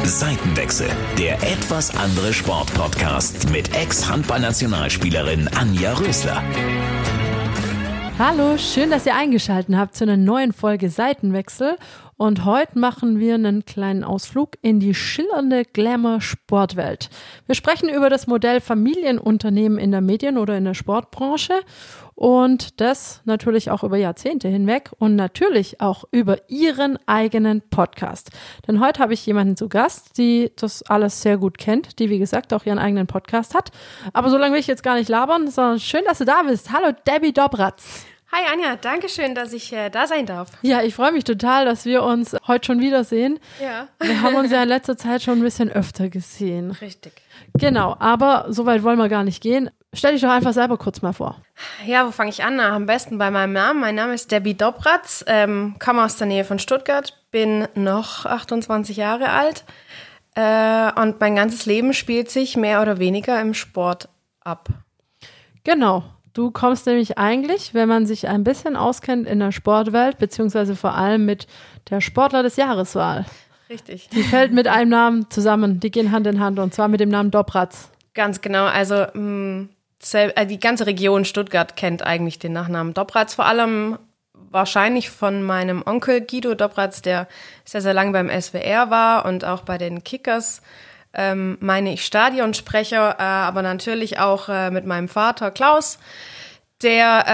Seitenwechsel, der etwas andere Sportpodcast mit Ex-Handballnationalspielerin Anja Rösler. Hallo, schön, dass ihr eingeschaltet habt zu einer neuen Folge Seitenwechsel. Und heute machen wir einen kleinen Ausflug in die schillernde Glamour-Sportwelt. Wir sprechen über das Modell Familienunternehmen in der Medien- oder in der Sportbranche und das natürlich auch über Jahrzehnte hinweg und natürlich auch über ihren eigenen Podcast. Denn heute habe ich jemanden zu Gast, die das alles sehr gut kennt, die wie gesagt auch ihren eigenen Podcast hat. Aber so lange will ich jetzt gar nicht labern, sondern schön, dass du da bist. Hallo Debbie Dobratz. Hi Anja, danke schön, dass ich da sein darf. Ja, ich freue mich total, dass wir uns heute schon wiedersehen. Ja. Wir haben uns ja in letzter Zeit schon ein bisschen öfter gesehen. Richtig. Genau, aber so weit wollen wir gar nicht gehen. Stell dich doch einfach selber kurz mal vor. Ja, wo fange ich an? Am besten bei meinem Namen. Mein Name ist Debbie Dobratz, komme aus der Nähe von Stuttgart, bin noch 28 Jahre alt und mein ganzes Leben spielt sich mehr oder weniger im Sport ab. Genau. Du kommst nämlich eigentlich, wenn man sich ein bisschen auskennt in der Sportwelt, beziehungsweise vor allem mit der Sportler des Jahreswahl. Richtig. Die fällt mit einem Namen zusammen, die gehen Hand in Hand und zwar mit dem Namen Dobratz. Ganz genau, also die ganze Region Stuttgart kennt eigentlich den Nachnamen Dobratz, vor allem wahrscheinlich von meinem Onkel Guido Dobratz, der sehr, sehr lange beim SWR war und auch bei den Kickers. Meine ich Stadionsprecher, aber natürlich auch mit meinem Vater Klaus, der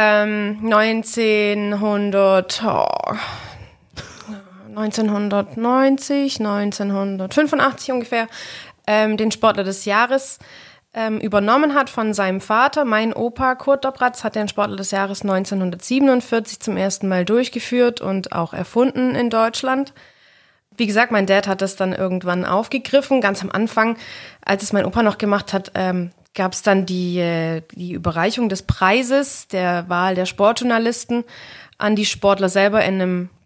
1985 ungefähr den Sportler des Jahres übernommen hat von seinem Vater. Mein Opa Kurt Dobratz hat den Sportler des Jahres 1947 zum ersten Mal durchgeführt und auch erfunden in Deutschland. Wie gesagt, mein Dad hat das dann irgendwann aufgegriffen. Ganz am Anfang, als es mein Opa noch gemacht hat, gab es dann die Überreichung des Preises, der Wahl der Sportjournalisten an die Sportler selber in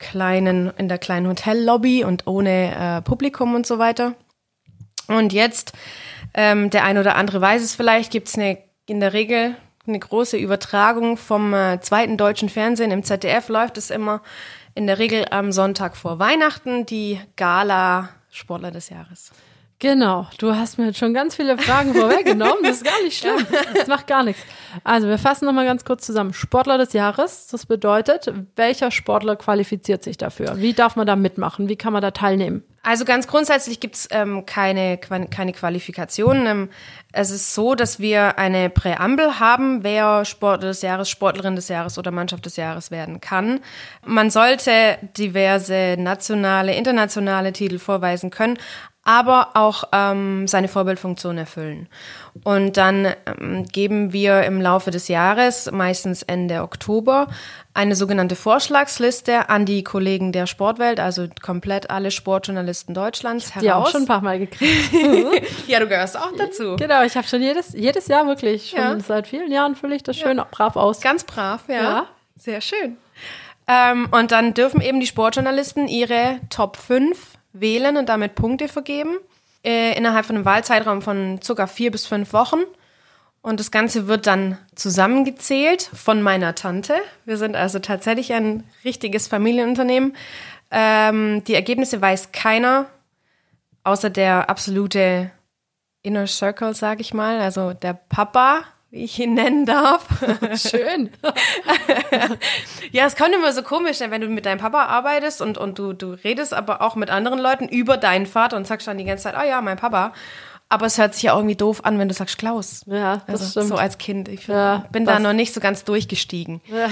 der kleinen Hotellobby und ohne Publikum und so weiter. Und jetzt, der ein oder andere weiß es vielleicht, gibt es in der Regel eine große Übertragung vom zweiten deutschen Fernsehen. Im ZDF läuft es immer in der Regel am Sonntag vor Weihnachten, die Gala Sportler des Jahres. Genau, du hast mir jetzt schon ganz viele Fragen vorweggenommen, das ist gar nicht schlimm, das macht gar nichts. Also wir fassen nochmal ganz kurz zusammen. Sportler des Jahres, das bedeutet, welcher Sportler qualifiziert sich dafür? Wie darf man da mitmachen? Wie kann man da teilnehmen? Also ganz grundsätzlich gibt's keine Qualifikationen. Es ist so, dass wir eine Präambel haben, wer Sportler des Jahres, Sportlerin des Jahres oder Mannschaft des Jahres werden kann. Man sollte diverse nationale, internationale Titel vorweisen können, aber auch seine Vorbildfunktion erfüllen. Und dann geben wir im Laufe des Jahres, meistens Ende Oktober, eine sogenannte Vorschlagsliste an die Kollegen der Sportwelt, also komplett alle Sportjournalisten Deutschlands heraus. Die auch schon ein paar Mal gekriegt. Ja, du gehörst auch dazu. Genau, ich habe schon jedes Jahr wirklich, schon seit vielen Jahren fülle ich das schön brav aus. Ganz brav, ja. Sehr schön. Und dann dürfen eben die Sportjournalisten ihre Top 5 wählen und damit Punkte vergeben, innerhalb von einem Wahlzeitraum von ca. 4 bis 5 Wochen. Und das Ganze wird dann zusammengezählt von meiner Tante. Wir sind also tatsächlich ein richtiges Familienunternehmen. Die Ergebnisse weiß keiner, außer der absolute Inner Circle, sag ich mal, also der Papa, wie ich ihn nennen darf. Schön. Ja, es kommt immer so komisch, wenn du mit deinem Papa arbeitest und du redest aber auch mit anderen Leuten über deinen Vater und sagst dann die ganze Zeit, oh ja, mein Papa. Aber es hört sich ja irgendwie doof an, wenn du sagst Klaus. Ja, das also, stimmt. So als Kind. Ich bin da noch nicht so ganz durchgestiegen. Ja.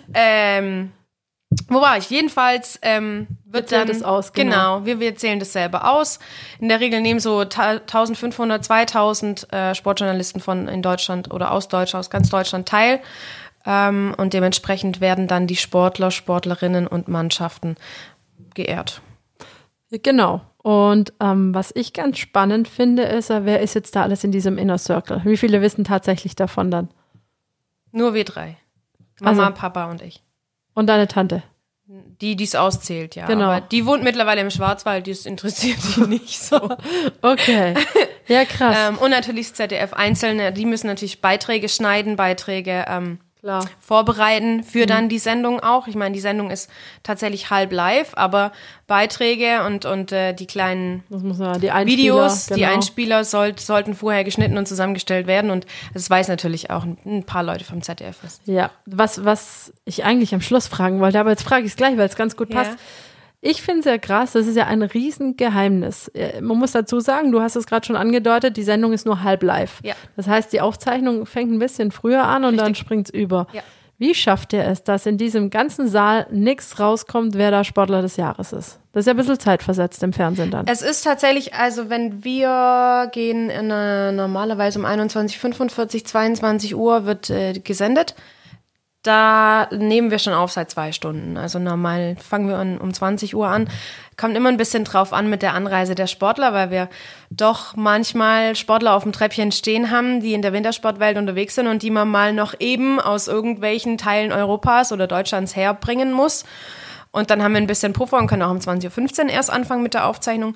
Wo war ich? Jedenfalls wird dann das aus, genau, wir zählen das selber aus. In der Regel nehmen so 1500, 2000 Sportjournalisten in Deutschland oder aus ganz Deutschland teil. Und dementsprechend werden dann die Sportler, Sportlerinnen und Mannschaften geehrt. Genau. Und was ich ganz spannend finde, ist, wer ist jetzt da alles in diesem Inner Circle? Wie viele wissen tatsächlich davon dann? Nur wir 3. Mama, Papa und ich. Und deine Tante? Die es auszählt, ja. Genau. Aber die wohnt mittlerweile im Schwarzwald, das interessiert die nicht so. Okay. Ja, krass. Und natürlich das ZDF Einzelne, die müssen natürlich Beiträge schneiden, Beiträge Klar. vorbereiten für dann die Sendung auch. Ich meine, die Sendung ist tatsächlich halb live, aber Beiträge und die kleinen Das muss man, die Einspieler, Videos, genau. die Einspieler sollten vorher geschnitten und zusammengestellt werden und das weiß natürlich auch ein paar Leute vom ZDF. Ja, was ich eigentlich am Schluss fragen wollte, aber jetzt frage ich es gleich, weil es ganz gut passt. Ich finde es ja krass, das ist ja ein Riesengeheimnis. Man muss dazu sagen, du hast es gerade schon angedeutet, die Sendung ist nur halb live. Ja. Das heißt, die Aufzeichnung fängt ein bisschen früher an und dann springt es über. Ja. Wie schafft ihr es, dass in diesem ganzen Saal nichts rauskommt, wer da Sportler des Jahres ist? Das ist ja ein bisschen zeitversetzt im Fernsehen dann. Es ist tatsächlich, also wenn wir gehen, normalerweise um 21:45, 22 Uhr wird gesendet. Da nehmen wir schon auf seit 2 Stunden. Also normal fangen wir um 20 Uhr an. Kommt immer ein bisschen drauf an mit der Anreise der Sportler, weil wir doch manchmal Sportler auf dem Treppchen stehen haben, die in der Wintersportwelt unterwegs sind und die man mal noch eben aus irgendwelchen Teilen Europas oder Deutschlands herbringen muss. Und dann haben wir ein bisschen Puffer und können auch um 20:15 Uhr erst anfangen mit der Aufzeichnung.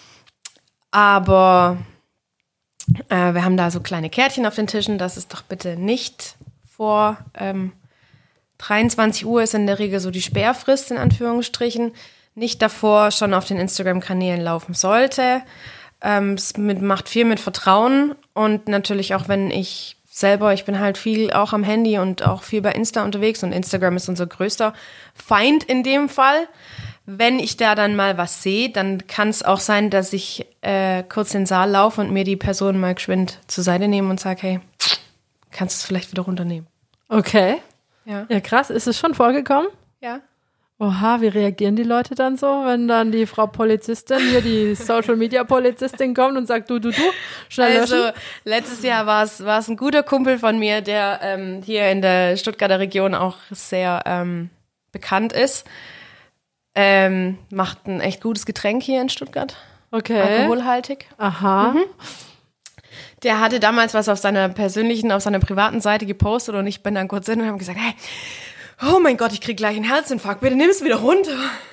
Aber wir haben da so kleine Kärtchen auf den Tischen, dass es doch bitte nicht vor 23 Uhr ist in der Regel so die Sperrfrist, in Anführungsstrichen, nicht davor schon auf den Instagram-Kanälen laufen sollte. Es macht viel mit Vertrauen und natürlich auch, wenn ich bin halt viel auch am Handy und auch viel bei Insta unterwegs und Instagram ist unser größter Feind in dem Fall. Wenn ich da dann mal was sehe, dann kann es auch sein, dass ich kurz in den Saal laufe und mir die Person mal geschwind zur Seite nehme und sage, hey, kannst du es vielleicht wieder runternehmen? Okay. Ja. Ja, krass. Ist es schon vorgekommen? Ja. Oha, wie reagieren die Leute dann so, wenn dann die Frau Polizistin, hier die Social-Media-Polizistin kommt und sagt, du, schnell löschen? Also letztes Jahr war es ein guter Kumpel von mir, der hier in der Stuttgarter Region auch sehr bekannt ist. Macht ein echt gutes Getränk hier in Stuttgart. Okay. Alkoholhaltig. Aha. Der hatte damals was auf seiner privaten Seite gepostet und ich bin dann kurz hin und habe gesagt, hey, oh mein Gott, ich krieg gleich einen Herzinfarkt, bitte nimm es wieder runter.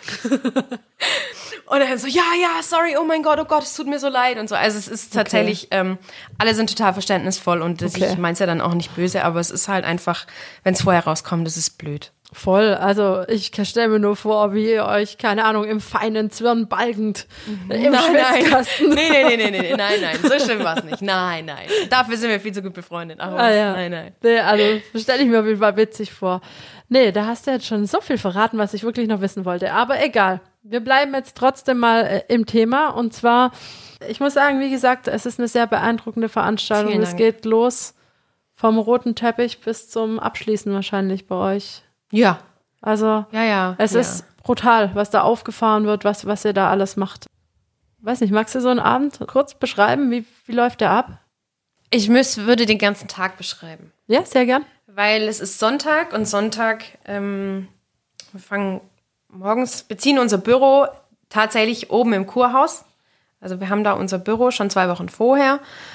Und dann so, ja, sorry, oh mein Gott, es tut mir so leid und so. Also es ist tatsächlich, alle sind total verständnisvoll und ich meine es ja dann auch nicht böse, aber es ist halt einfach, wenn es vorher rauskommt, das ist blöd. Voll, also ich stelle mir nur vor, wie ihr euch, keine Ahnung, im feinen Zwirn balgend im Schwitzkasten. Nee, nein, so schlimm war es nicht. Nein, dafür sind wir viel zu gut befreundet. Aber nein. Nee, also stelle ich mir auf jeden Fall witzig vor. Nee, da hast du jetzt schon so viel verraten, was ich wirklich noch wissen wollte, aber egal. Wir bleiben jetzt trotzdem mal im Thema und zwar, ich muss sagen, wie gesagt, es ist eine sehr beeindruckende Veranstaltung. Es geht los vom roten Teppich bis zum Abschließen wahrscheinlich bei euch. Ja. Also, es ist brutal, was da aufgefahren wird, was ihr da alles macht. Weiß nicht, magst du so einen Abend kurz beschreiben? Wie läuft der ab? Ich würde den ganzen Tag beschreiben. Ja, sehr gern. Weil es ist Sonntag und Sonntag, wir fangen morgens, beziehen unser Büro tatsächlich oben im Kurhaus. Also wir haben da unser Büro schon 2 Wochen vorher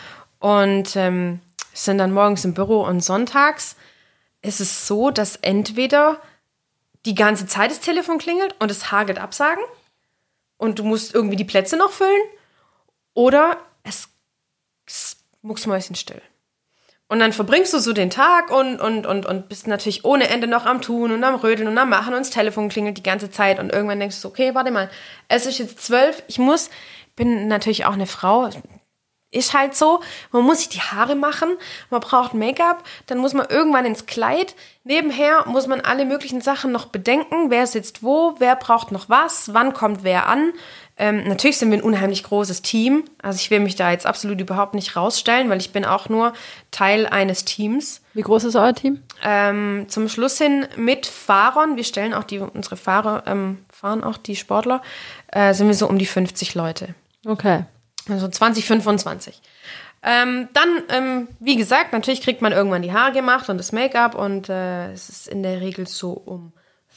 und sind dann morgens im Büro und sonntags ist es so, dass entweder die ganze Zeit das Telefon klingelt und es hagelt Absagen und du musst irgendwie die Plätze noch füllen oder es ist mucksmäuschenstill. Und dann verbringst du so den Tag und bist natürlich ohne Ende noch am Tun und am Rödeln und am Machen und das Telefon klingelt die ganze Zeit und irgendwann denkst du so, okay, warte mal, es ist jetzt 12, bin natürlich auch eine Frau, ist halt so, man muss sich die Haare machen, man braucht Make-up, dann muss man irgendwann ins Kleid. Nebenher muss man alle möglichen Sachen noch bedenken, wer sitzt wo, wer braucht noch was, wann kommt wer an. Natürlich sind wir ein unheimlich großes Team, also ich will mich da jetzt absolut überhaupt nicht rausstellen, weil ich bin auch nur Teil eines Teams. Wie groß ist euer Team? Zum Schluss hin mit Fahrern, wir stellen auch unsere Fahrer, fahren auch die Sportler, sind wir so um die 50 Leute. Okay. Also 2025. Dann, wie gesagt, natürlich kriegt man irgendwann die Haare gemacht und das Make-up und es ist in der Regel so um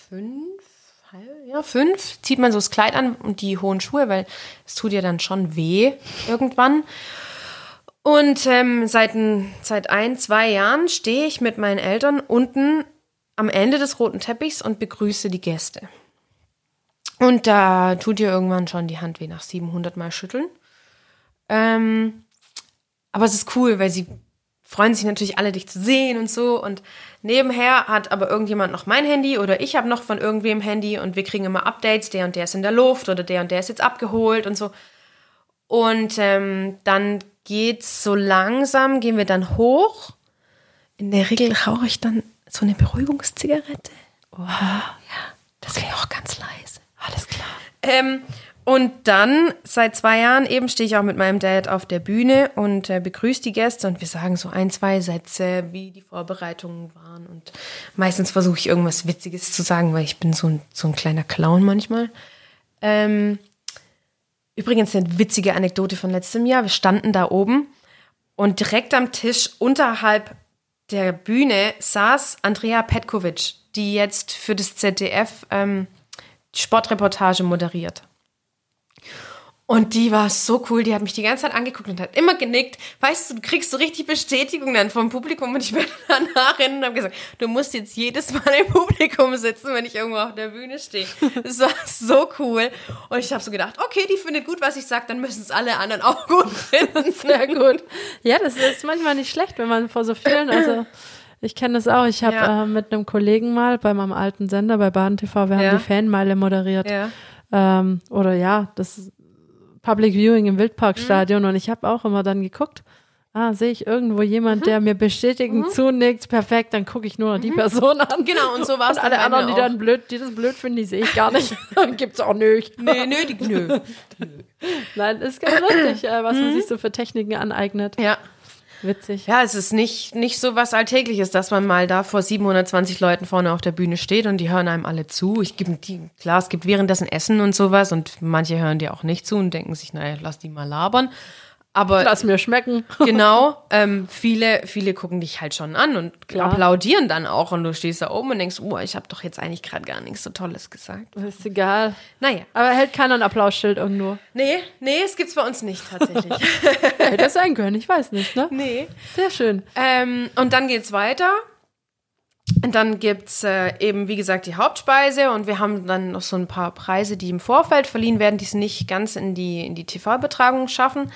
5 zieht man so das Kleid an und die hohen Schuhe, weil es tut ja dann schon weh irgendwann. Und seit 1-2 Jahren stehe ich mit meinen Eltern unten am Ende des roten Teppichs und begrüße die Gäste. Und da tut ihr irgendwann schon die Hand weh nach 700 Mal schütteln. Aber es ist cool, weil sie freuen sich natürlich alle, dich zu sehen und so. Und nebenher hat aber irgendjemand noch mein Handy oder ich habe noch von irgendwem Handy und wir kriegen immer Updates, der und der ist in der Luft oder der und der ist jetzt abgeholt und so. Und dann geht's so langsam, gehen wir dann hoch. In der Regel rauche ich dann so eine Beruhigungszigarette. Wow. Ja, das wäre auch ganz leise. Alles klar. Und dann, seit 2 Jahren eben, stehe ich auch mit meinem Dad auf der Bühne und begrüße die Gäste und wir sagen so 1, 2 Sätze, wie die Vorbereitungen waren. Und meistens versuche ich irgendwas Witziges zu sagen, weil ich bin so ein kleiner Clown manchmal. Übrigens eine witzige Anekdote von letztem Jahr. Wir standen da oben und direkt am Tisch unterhalb der Bühne saß Andrea Petkovic, die jetzt für das ZDF die Sportreportage moderiert. Und die war so cool, die hat mich die ganze Zeit angeguckt und hat immer genickt. Weißt du kriegst so richtig Bestätigung dann vom Publikum und ich bin danach hin und habe gesagt, du musst jetzt jedes Mal im Publikum sitzen, wenn ich irgendwo auf der Bühne stehe. Das war so cool. Und ich habe so gedacht, okay, die findet gut, was ich sage, dann müssen es alle anderen auch gut finden. Sehr gut. Ja, das ist manchmal nicht schlecht, wenn man vor so vielen, also ich kenne das auch. Ich habe mit einem Kollegen mal bei meinem alten Sender, bei Baden TV, wir haben die Fanmeile moderiert. Ja. Das Public Viewing im Wildparkstadion und ich habe auch immer dann geguckt, sehe ich irgendwo jemand, der mir bestätigend zunickt, perfekt, dann gucke ich nur noch die Person an. Genau, und so war es. Und alle anderen, die das blöd finden, die sehe ich gar nicht. Gibt's auch nicht. Nö. Nein, ist ganz lustig, was man sich so für Techniken aneignet. Ja. Witzig. Ja, es ist nicht so was Alltägliches, dass man mal da vor 720 Leuten vorne auf der Bühne steht und die hören einem alle zu. Klar, es gibt währenddessen Essen und sowas und manche hören dir auch nicht zu und denken sich, naja, lass die mal labern. Aber lass mir schmecken. Genau, viele gucken dich halt schon an und applaudieren dann auch und du stehst da oben und denkst, ich habe doch jetzt eigentlich gerade gar nichts so Tolles gesagt. Das ist egal. Naja. Aber hält keiner ein Applausschild irgendwo? Nee, es gibt's bei uns nicht tatsächlich. Hätte das sein können, ich weiß nicht, ne? Nee. Sehr schön. Und dann geht's weiter. Und dann gibt's eben, wie gesagt, die Hauptspeise und wir haben dann noch so ein paar Preise, die im Vorfeld verliehen werden, die es nicht ganz in die TV-Übertragung schaffen.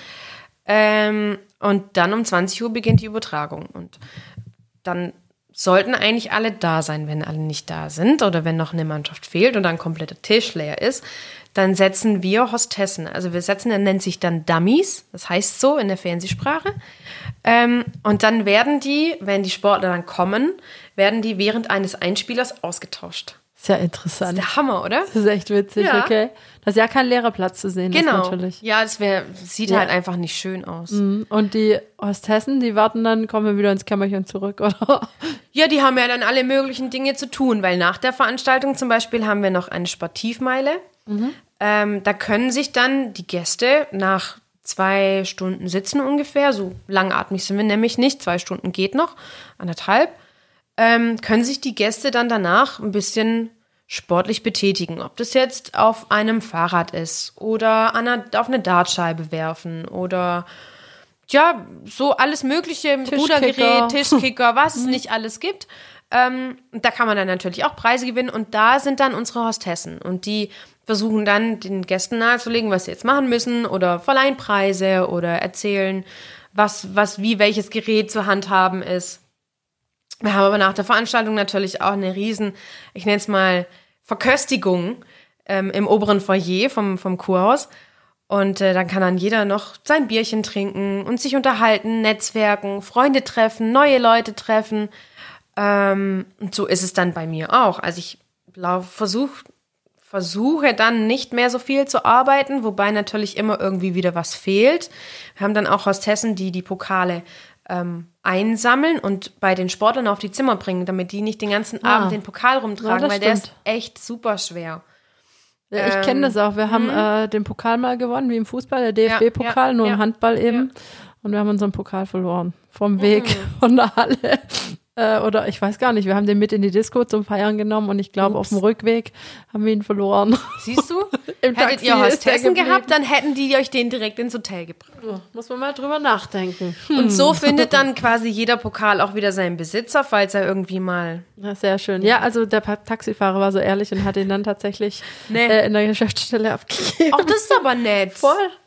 Und dann um 20 Uhr beginnt die Übertragung. Und dann sollten eigentlich alle da sein. Wenn alle nicht da sind oder wenn noch eine Mannschaft fehlt und ein kompletter Tisch leer ist, dann setzen wir Hostessen. Also das nennt sich dann Dummies, das heißt so in der Fernsehsprache. Und dann werden die, wenn die Sportler dann kommen, werden die während eines Einspielers ausgetauscht. Sehr interessant. Das ist der Hammer, oder? Das ist echt witzig, Ja. Okay. Das ist ja kein leerer Platz zu sehen, Genau. ist natürlich. Ja, sieht halt einfach nicht schön aus. Und die Hostessen, die warten dann, kommen wir wieder ins Kämmerchen zurück, oder? Ja, die haben ja dann alle möglichen Dinge zu tun, weil nach der Veranstaltung zum Beispiel haben wir noch eine Sportivmeile. Da können sich dann die Gäste nach 2 Stunden sitzen ungefähr, so langatmig sind wir nämlich nicht, 2 Stunden geht noch, 1,5, können sich die Gäste dann danach ein bisschen sportlich betätigen. Ob das jetzt auf einem Fahrrad ist oder auf eine Dartscheibe werfen oder ja, so alles mögliche, Rudergerät, Tischkicker, was es nicht alles gibt. Da kann man dann natürlich auch Preise gewinnen und da sind dann unsere Hostessen und die versuchen dann den Gästen nahezulegen, was sie jetzt machen müssen oder verleihen Preise oder erzählen, wie welches Gerät zu handhaben ist. Wir haben aber nach der Veranstaltung natürlich auch eine riesen, ich nenne es mal Verköstigung im oberen Foyer vom Kurhaus. Und dann kann dann jeder noch sein Bierchen trinken und sich unterhalten, netzwerken, Freunde treffen, neue Leute treffen. Und so ist es dann bei mir auch. Also ich versuche dann nicht mehr so viel zu arbeiten, wobei natürlich immer irgendwie wieder was fehlt. Wir haben dann auch Hostessen, die Pokale einsammeln und bei den Sportlern auf die Zimmer bringen, damit die nicht den ganzen Abend den Pokal rumtragen, weil der ist echt super schwer. Ja, ich kenne das auch. Wir haben den Pokal mal gewonnen, wie im Fußball, der DFB-Pokal, nur im Handball eben. Ja. Und wir haben unseren Pokal verloren. Vom Weg von der Halle. Oder ich weiß gar nicht, wir haben den mit in die Disco zum Feiern genommen und ich glaube, auf dem Rückweg haben wir ihn verloren. Siehst du? Hättet ihr Hostessen gehabt, dann hätten die euch den direkt ins Hotel gebracht. Oh, muss man mal drüber nachdenken. Und so findet dann quasi jeder Pokal auch wieder seinen Besitzer, falls er irgendwie mal... Ja, sehr schön. Ja, also der Taxifahrer war so ehrlich und hat ihn dann tatsächlich in der Geschäftsstelle abgegeben. Ach, das ist aber nett. Voll.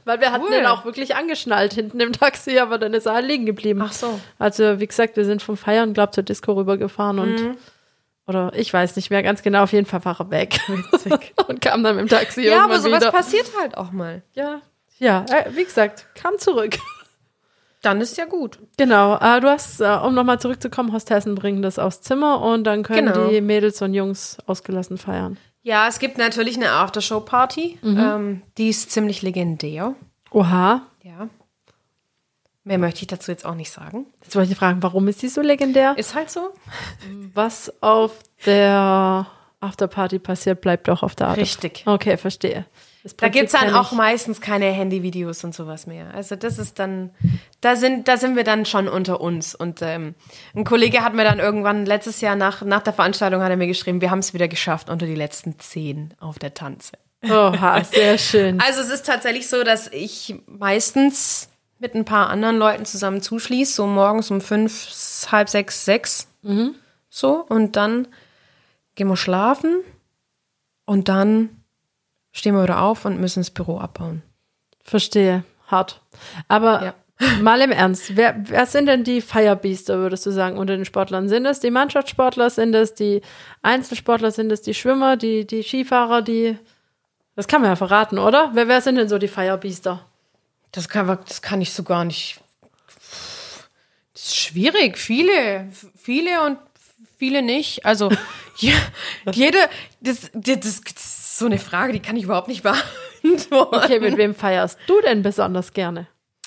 Weil wir hatten Cool. den auch wirklich angeschnallt hinten im Taxi, aber dann ist er halt liegen geblieben. Ach so. Also, wie gesagt, wir sind vom Feiern, glaub zur Disco rübergefahren und oder ich weiß nicht mehr ganz genau, auf jeden Fall war er weg. Witzig. Und kam dann mit dem Taxi Ja, irgendwann aber sowas wieder. passiert halt auch mal. Ja, wie gesagt, kam zurück. Dann ist ja gut. Genau, du hast, um nochmal zurückzukommen, Hostessen bringen das aufs Zimmer und dann können Genau. die Mädels und Jungs ausgelassen feiern. Ja, es gibt natürlich eine Aftershow-Party. Die ist ziemlich legendär. Oha, Ja. Mehr möchte ich dazu jetzt auch nicht sagen. jetzt wollte ich fragen, warum ist die so legendär? Ist halt so. Was auf der Afterparty passiert, bleibt auch auf der Afterparty. Richtig. Okay, verstehe. Das Da Prinzip gibt es dann kenn auch ich. meistens keine Handyvideos und sowas mehr. Also das ist dann, da sind wir dann schon unter uns. Und ein Kollege hat mir dann irgendwann letztes Jahr nach der Veranstaltung hat er mir geschrieben, wir haben es wieder geschafft unter die letzten 10 auf der Tanze. Oha, sehr schön. Also es ist tatsächlich so, dass ich meistens mit ein paar anderen Leuten zusammen zuschließe, so morgens um 5, halb 6, 6. So, und dann gehen wir schlafen und dann stehen wir wieder auf und müssen das Büro abbauen. Verstehe, hart. Aber Ja. mal im Ernst, wer sind denn die Firebeaster, würdest du sagen, unter den Sportlern? Sind es die Mannschaftssportler, sind es die Einzelsportler, sind es die Schwimmer, die Skifahrer, das kann man ja verraten, oder? Wer sind denn so die Firebeaster? Das kann ich so gar nicht. Das ist schwierig. Viele und viele nicht. Also, ja, das ist so eine Frage, die kann ich überhaupt nicht beantworten. Okay, mit wem feierst du denn besonders gerne?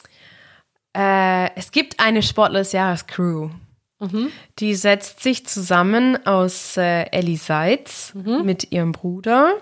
Es gibt eine Sportler des Jahres Crew. Die setzt sich zusammen aus Elli Seitz mit ihrem Bruder.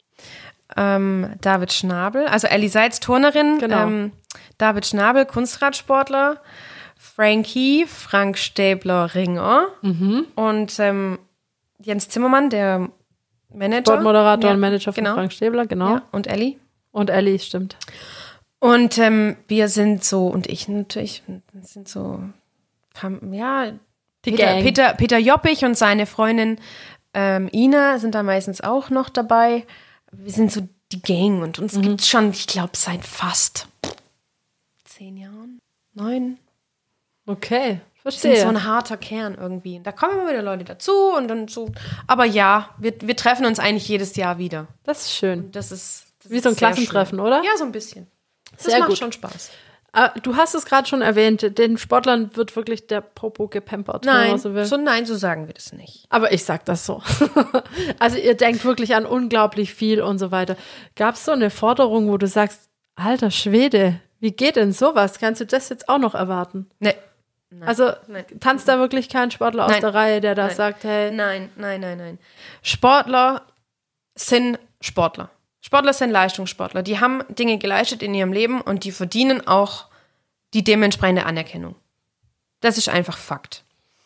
David Schnabel, also Elli Seitz, Turnerin, Genau. David Schnabel, Kunstradsportler, Frank Stäbler, Ringer und Jens Zimmermann, der Manager. Sportmoderator Ja, und Manager von genau. Frank Stäbler, genau. Ja, und Elli. Und Ellie, stimmt. Und wir sind so, und ich natürlich, sind so, ja, Die Gang. Peter Joppich und seine Freundin Ina sind da meistens auch noch dabei. Wir sind so die Gang und uns gibt's schon, ich glaube, seit fast 10 Jahren, 9. Okay, Wir sind verstehe. so ein harter Kern irgendwie. Da kommen immer wieder Leute dazu und dann so. Aber ja, wir treffen uns eigentlich jedes Jahr wieder. Das ist schön. Das ist Wie so ein sehr Klassentreffen, schön. oder? Ja, so ein bisschen. Das Sehr macht gut. schon Spaß. Du hast es gerade schon erwähnt, den Sportlern wird wirklich der Popo gepampert. wenn Nein, man so will. so sagen wir das nicht. Aber ich sag das so. Also ihr denkt wirklich an unglaublich viel und so weiter. Gab es so eine Forderung, wo du sagst, alter Schwede, wie geht denn sowas? Kannst du das jetzt auch noch erwarten? Nee. Also Nein. tanzt da wirklich kein Sportler aus Nein. der Reihe, der da Nein. sagt, hey, Nein. Sportler sind Sportler. Sportler sind Leistungssportler. Die haben Dinge geleistet in ihrem Leben und die verdienen auch die dementsprechende Anerkennung. Das ist einfach Fakt.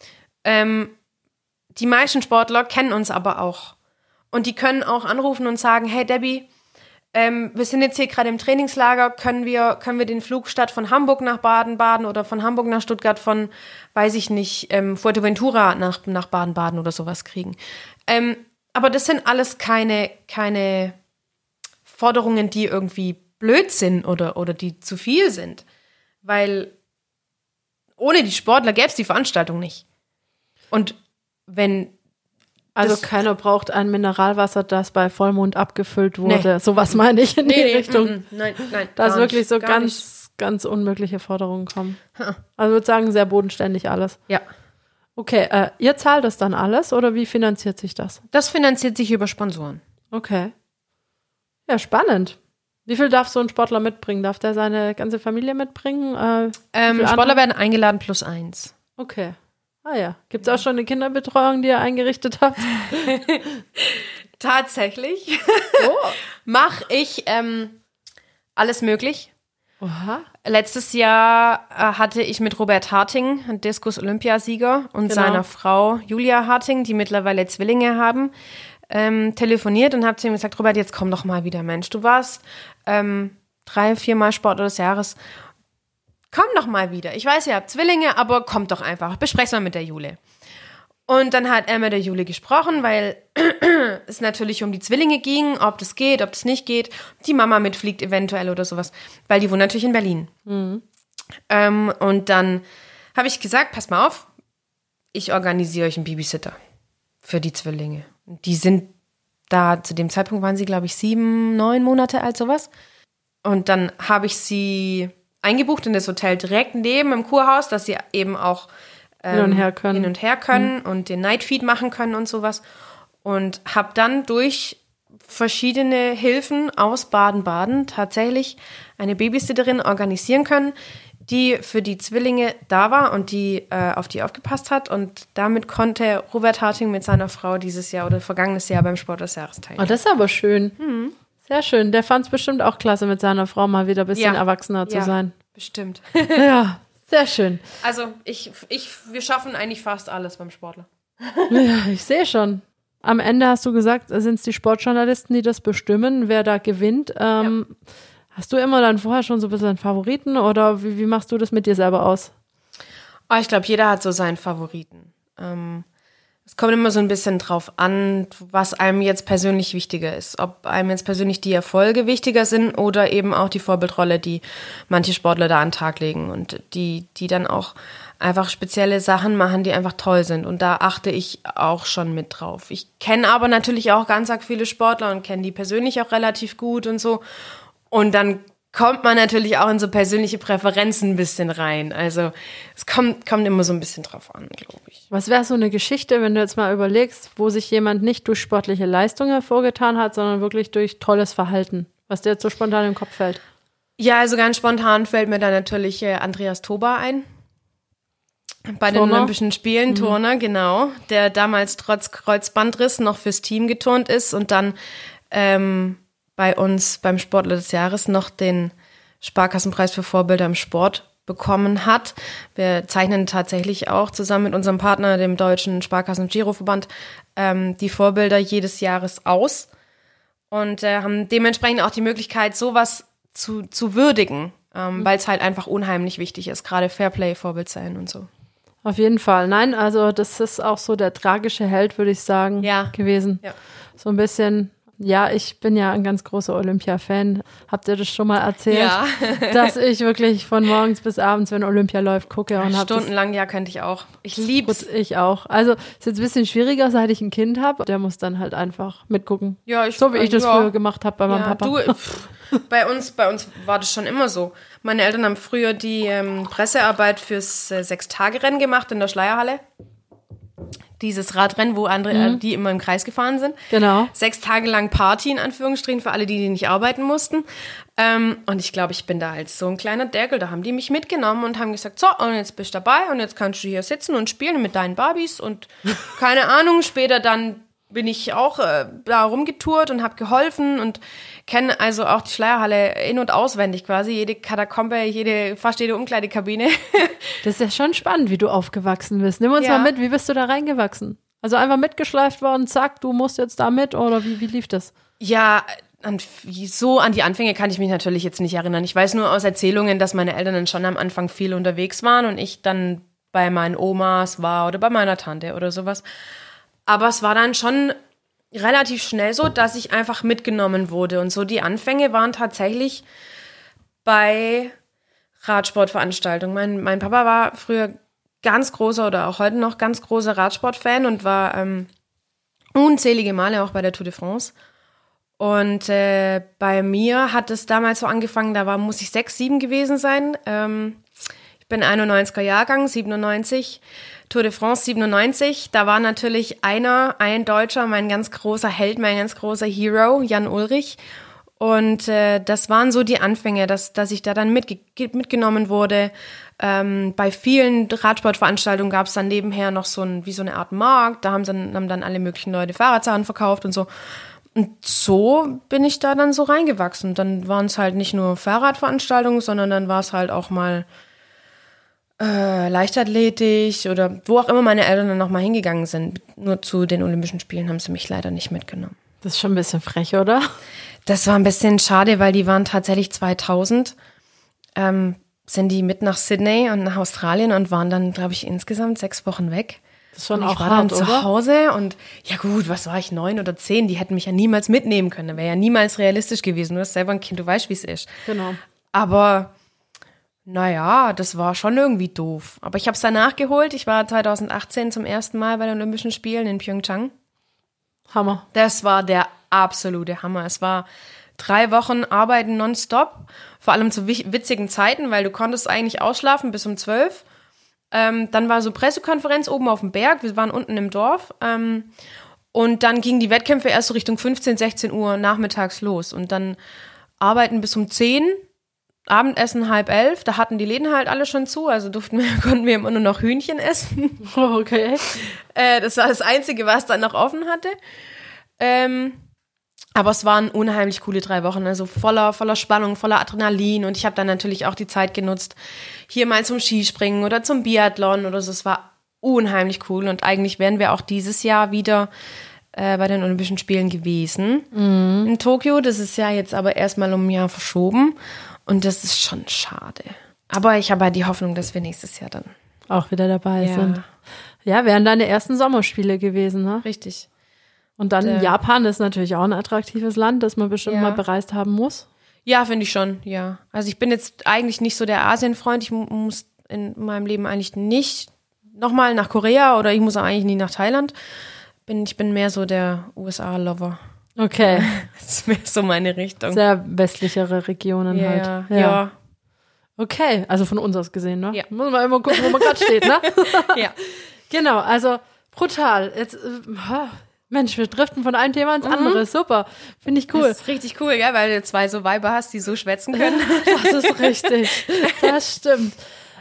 Die meisten Sportler kennen uns aber auch. Und die können auch anrufen und sagen, hey Debbie, wir sind jetzt hier gerade im Trainingslager, können wir den Flug statt von Hamburg nach Baden-Baden oder von Hamburg nach Stuttgart von, weiß ich nicht, Fuerteventura nach Baden-Baden oder sowas kriegen. Aber das sind alles keine Forderungen, die irgendwie blöd sind oder die zu viel sind. Weil ohne die Sportler gäbe es die Veranstaltung nicht. Und wenn also das- keiner braucht ein Mineralwasser, das bei Vollmond abgefüllt wurde. Sowas meine ich in die Richtung. Nein, Dass gar wirklich nicht, so gar nicht. ganz unmögliche Forderungen kommen. Also ich würde sagen, sehr bodenständig alles. Ja, Okay, ihr zahlt das dann alles oder wie finanziert sich das? das finanziert sich über Sponsoren. Okay. Ja, spannend. Wie viel darf so ein Sportler mitbringen? Darf der seine ganze Familie mitbringen? Wie viel Sportler werden eingeladen +1. Okay. Ah ja. Gibt es auch schon eine Kinderbetreuung, die ihr eingerichtet habt? Tatsächlich Oh. mache ich alles möglich. Oha. Letztes Jahr hatte ich mit Robert Harting, ein Diskus-Olympiasieger, und Genau. seiner Frau Julia Harting, die mittlerweile Zwillinge haben, telefoniert und habe zu ihm gesagt, Robert, jetzt komm doch mal wieder, Mensch. Du warst 3-4 Mal Sportler des Jahres. Komm doch mal wieder. Ich weiß, ihr habt Zwillinge, aber kommt doch einfach. Besprech's mal mit der Jule. Und dann hat er mit der Jule gesprochen, weil es natürlich um die Zwillinge ging, ob das geht, ob das nicht geht. Die Mama mitfliegt eventuell oder sowas, weil die wohnt natürlich in Berlin. Und dann habe ich gesagt, pass mal auf, ich organisiere euch einen Babysitter für die Zwillinge. Die sind da, zu dem Zeitpunkt waren sie, glaube ich, 7, 9 Monate alt, sowas. Und dann habe ich sie eingebucht in das Hotel direkt neben im Kurhaus, dass sie eben auch hin und her können und den Nightfeed machen können und sowas. Und habe dann durch verschiedene Hilfen aus Baden-Baden tatsächlich eine Babysitterin organisieren können, die für die Zwillinge da war und die auf die aufgepasst hat. Und damit konnte Robert Harting mit seiner Frau dieses Jahr oder vergangenes Jahr beim Sport des Jahres teilnehmen. Oh, das ist aber schön. Sehr schön. Der fand es bestimmt auch klasse, mit seiner Frau mal wieder ein bisschen erwachsener zu sein. Bestimmt. Ja, sehr schön. Also wir schaffen eigentlich fast alles beim Sportler. Ja, ich sehe schon. Am Ende hast du gesagt, sind es die Sportjournalisten, die das bestimmen, wer da gewinnt. Hast du immer dann vorher schon so ein bisschen einen Favoriten oder wie machst du das mit dir selber aus? Oh, ich glaube, jeder hat so seinen Favoriten. Es kommt immer so ein bisschen drauf an, was einem jetzt persönlich wichtiger ist. Ob einem jetzt persönlich die Erfolge wichtiger sind oder eben auch die Vorbildrolle, die manche Sportler da an den Tag legen und die dann auch einfach spezielle Sachen machen, die einfach toll sind. Und da achte ich auch schon mit drauf. Ich kenne aber natürlich auch ganz arg viele Sportler und kenne die persönlich auch relativ gut und so. Und dann kommt man natürlich auch in so persönliche Präferenzen ein bisschen rein. Also es kommt immer so ein bisschen drauf an, glaube ich. Was wäre so eine Geschichte, wenn du jetzt mal überlegst, wo sich jemand nicht durch sportliche Leistung hervorgetan hat, sondern wirklich durch tolles Verhalten, was dir jetzt so spontan im Kopf fällt? Ja, also ganz spontan fällt mir da natürlich Andreas Toba ein. Bei den Olympischen Spielen, Turner, genau. Der damals trotz Kreuzbandriss noch fürs Team geturnt ist und dann bei uns beim Sportler des Jahres noch den Sparkassenpreis für Vorbilder im Sport bekommen hat. Wir zeichnen tatsächlich auch zusammen mit unserem Partner, dem Deutschen Sparkassen- und Giroverband, die Vorbilder jedes Jahres aus und haben dementsprechend auch die Möglichkeit, sowas zu würdigen, weil es halt einfach unheimlich wichtig ist, gerade Fairplay, Vorbild sein und so. Auf jeden Fall. Nein, also das ist auch so der tragische Held, würde ich sagen, gewesen. Ja. So ein bisschen. Ja, ich bin ja ein ganz großer Olympia-Fan. Habt ihr das schon mal erzählt? Ja. Dass ich wirklich von morgens bis abends, wenn Olympia läuft, gucke. Und stundenlang, ja, könnte ich auch. Ich liebe es. Ich auch. Also ist jetzt ein bisschen schwieriger, seit ich ein Kind habe. Der muss dann halt einfach mitgucken. Ja, so wie ich das früher gemacht habe bei meinem Papa. Bei uns war das schon immer so. Meine Eltern haben früher die Pressearbeit fürs 6-Tage-Rennen gemacht in der Schleierhalle. Dieses Radrennen, wo andere, die immer im Kreis gefahren sind. Genau. 6 Tage lang Party, in Anführungsstrichen, für alle, die nicht arbeiten mussten. Und ich glaube, ich bin da als so ein kleiner Dergel. Da haben die mich mitgenommen und haben gesagt, so, und jetzt bist du dabei und jetzt kannst du hier sitzen und spielen mit deinen Barbies und keine Ahnung, später dann bin ich auch da rumgetourt und habe geholfen und kenne also auch die Schleierhalle in- und auswendig quasi, jede Katakombe, fast jede Umkleidekabine. Das ist ja schon spannend, wie du aufgewachsen bist. Nimm uns mal mit, wie bist du da reingewachsen? Also einfach mitgeschleift worden, zack, du musst jetzt da mit oder wie lief das? Ja, an die Anfänge kann ich mich natürlich jetzt nicht erinnern. Ich weiß nur aus Erzählungen, dass meine Eltern dann schon am Anfang viel unterwegs waren und ich dann bei meinen Omas war oder bei meiner Tante oder sowas. Aber es war dann schon relativ schnell so, dass ich einfach mitgenommen wurde. Und so die Anfänge waren tatsächlich bei Radsportveranstaltungen. Mein Papa war früher ganz großer oder auch heute noch ganz großer Radsportfan und war unzählige Male auch bei der Tour de France. Und bei mir hat es damals so angefangen, muss ich 6, 7 gewesen sein. Ich bin 91er Jahrgang, 97. Tour de France 97, da war natürlich ein Deutscher, mein ganz großer Held, mein ganz großer Hero, Jan Ullrich. Und das waren so die Anfänge, dass ich da dann mitgenommen wurde. Bei vielen Radsportveranstaltungen gab es dann nebenher noch so eine Art Markt, da haben dann alle möglichen Leute Fahrradsachen verkauft und so. Und so bin ich da dann so reingewachsen. Dann waren es halt nicht nur Fahrradveranstaltungen, sondern dann war es halt auch mal Leichtathletik oder wo auch immer meine Eltern dann nochmal hingegangen sind. Nur zu den Olympischen Spielen haben sie mich leider nicht mitgenommen. Das ist schon ein bisschen frech, oder? Das war ein bisschen schade, weil die waren tatsächlich 2000, sind die mit nach Sydney und nach Australien und waren dann, glaube ich, insgesamt 6 Wochen weg. Das Das ist schon Und auch ich war hart, dann zu oder? Hause und ja gut, was war ich, 9 oder 10? Die hätten mich ja niemals mitnehmen können. Wäre ja niemals realistisch gewesen. Du hast selber ein Kind, du weißt, wie es ist. Genau. Aber naja, das war schon irgendwie doof. Aber ich habe es danach geholt. Ich war 2018 zum ersten Mal bei den Olympischen Spielen in Pyeongchang. Hammer. Das war der absolute Hammer. Es war 3 Wochen Arbeiten nonstop, vor allem zu witzigen Zeiten, weil du konntest eigentlich ausschlafen bis um 12. Dann war so Pressekonferenz oben auf dem Berg, wir waren unten im Dorf. Und dann gingen die Wettkämpfe erst so Richtung 15, 16 Uhr nachmittags los. Und dann arbeiten bis um 10, Abendessen 10:30. Da hatten die Läden halt alle schon zu, also konnten wir immer nur noch Hühnchen essen. Okay. Das war das Einzige, was dann noch offen hatte. Aber es waren unheimlich coole 3 Wochen, also voller Spannung, voller Adrenalin. Und ich habe dann natürlich auch die Zeit genutzt, hier mal zum Skispringen oder zum Biathlon oder so. Es war unheimlich cool. Und eigentlich wären wir auch dieses Jahr wieder bei den Olympischen Spielen gewesen in Tokio. Das ist ja jetzt aber erstmal um ein Jahr verschoben. Und das ist schon schade. Aber ich habe halt die Hoffnung, dass wir nächstes Jahr dann Auch wieder dabei Ja. sind. Ja, wären deine ersten Sommerspiele gewesen, ne? richtig. Und dann Japan ist natürlich auch ein attraktives Land, das man bestimmt Ja. mal bereist haben muss. Ja, finde ich schon, ja. Also ich bin jetzt eigentlich nicht so der Asienfreund. Ich muss in meinem Leben eigentlich nicht nochmal nach Korea oder ich muss auch eigentlich nie nach Thailand. Ich bin mehr so der USA-Lover. Okay, Das wäre so meine Richtung. sehr westlichere Regionen halt. Ja. Okay, also von uns aus gesehen, ne? Ja. Muss man immer gucken, wo man gerade steht, ne? Ja. Genau, also brutal. Jetzt, Mensch, wir driften von einem Thema ins andere. Super, finde ich cool. Das ist richtig cool, gell? Weil du 2 so Weiber hast, die so schwätzen können. Das ist richtig. Das stimmt.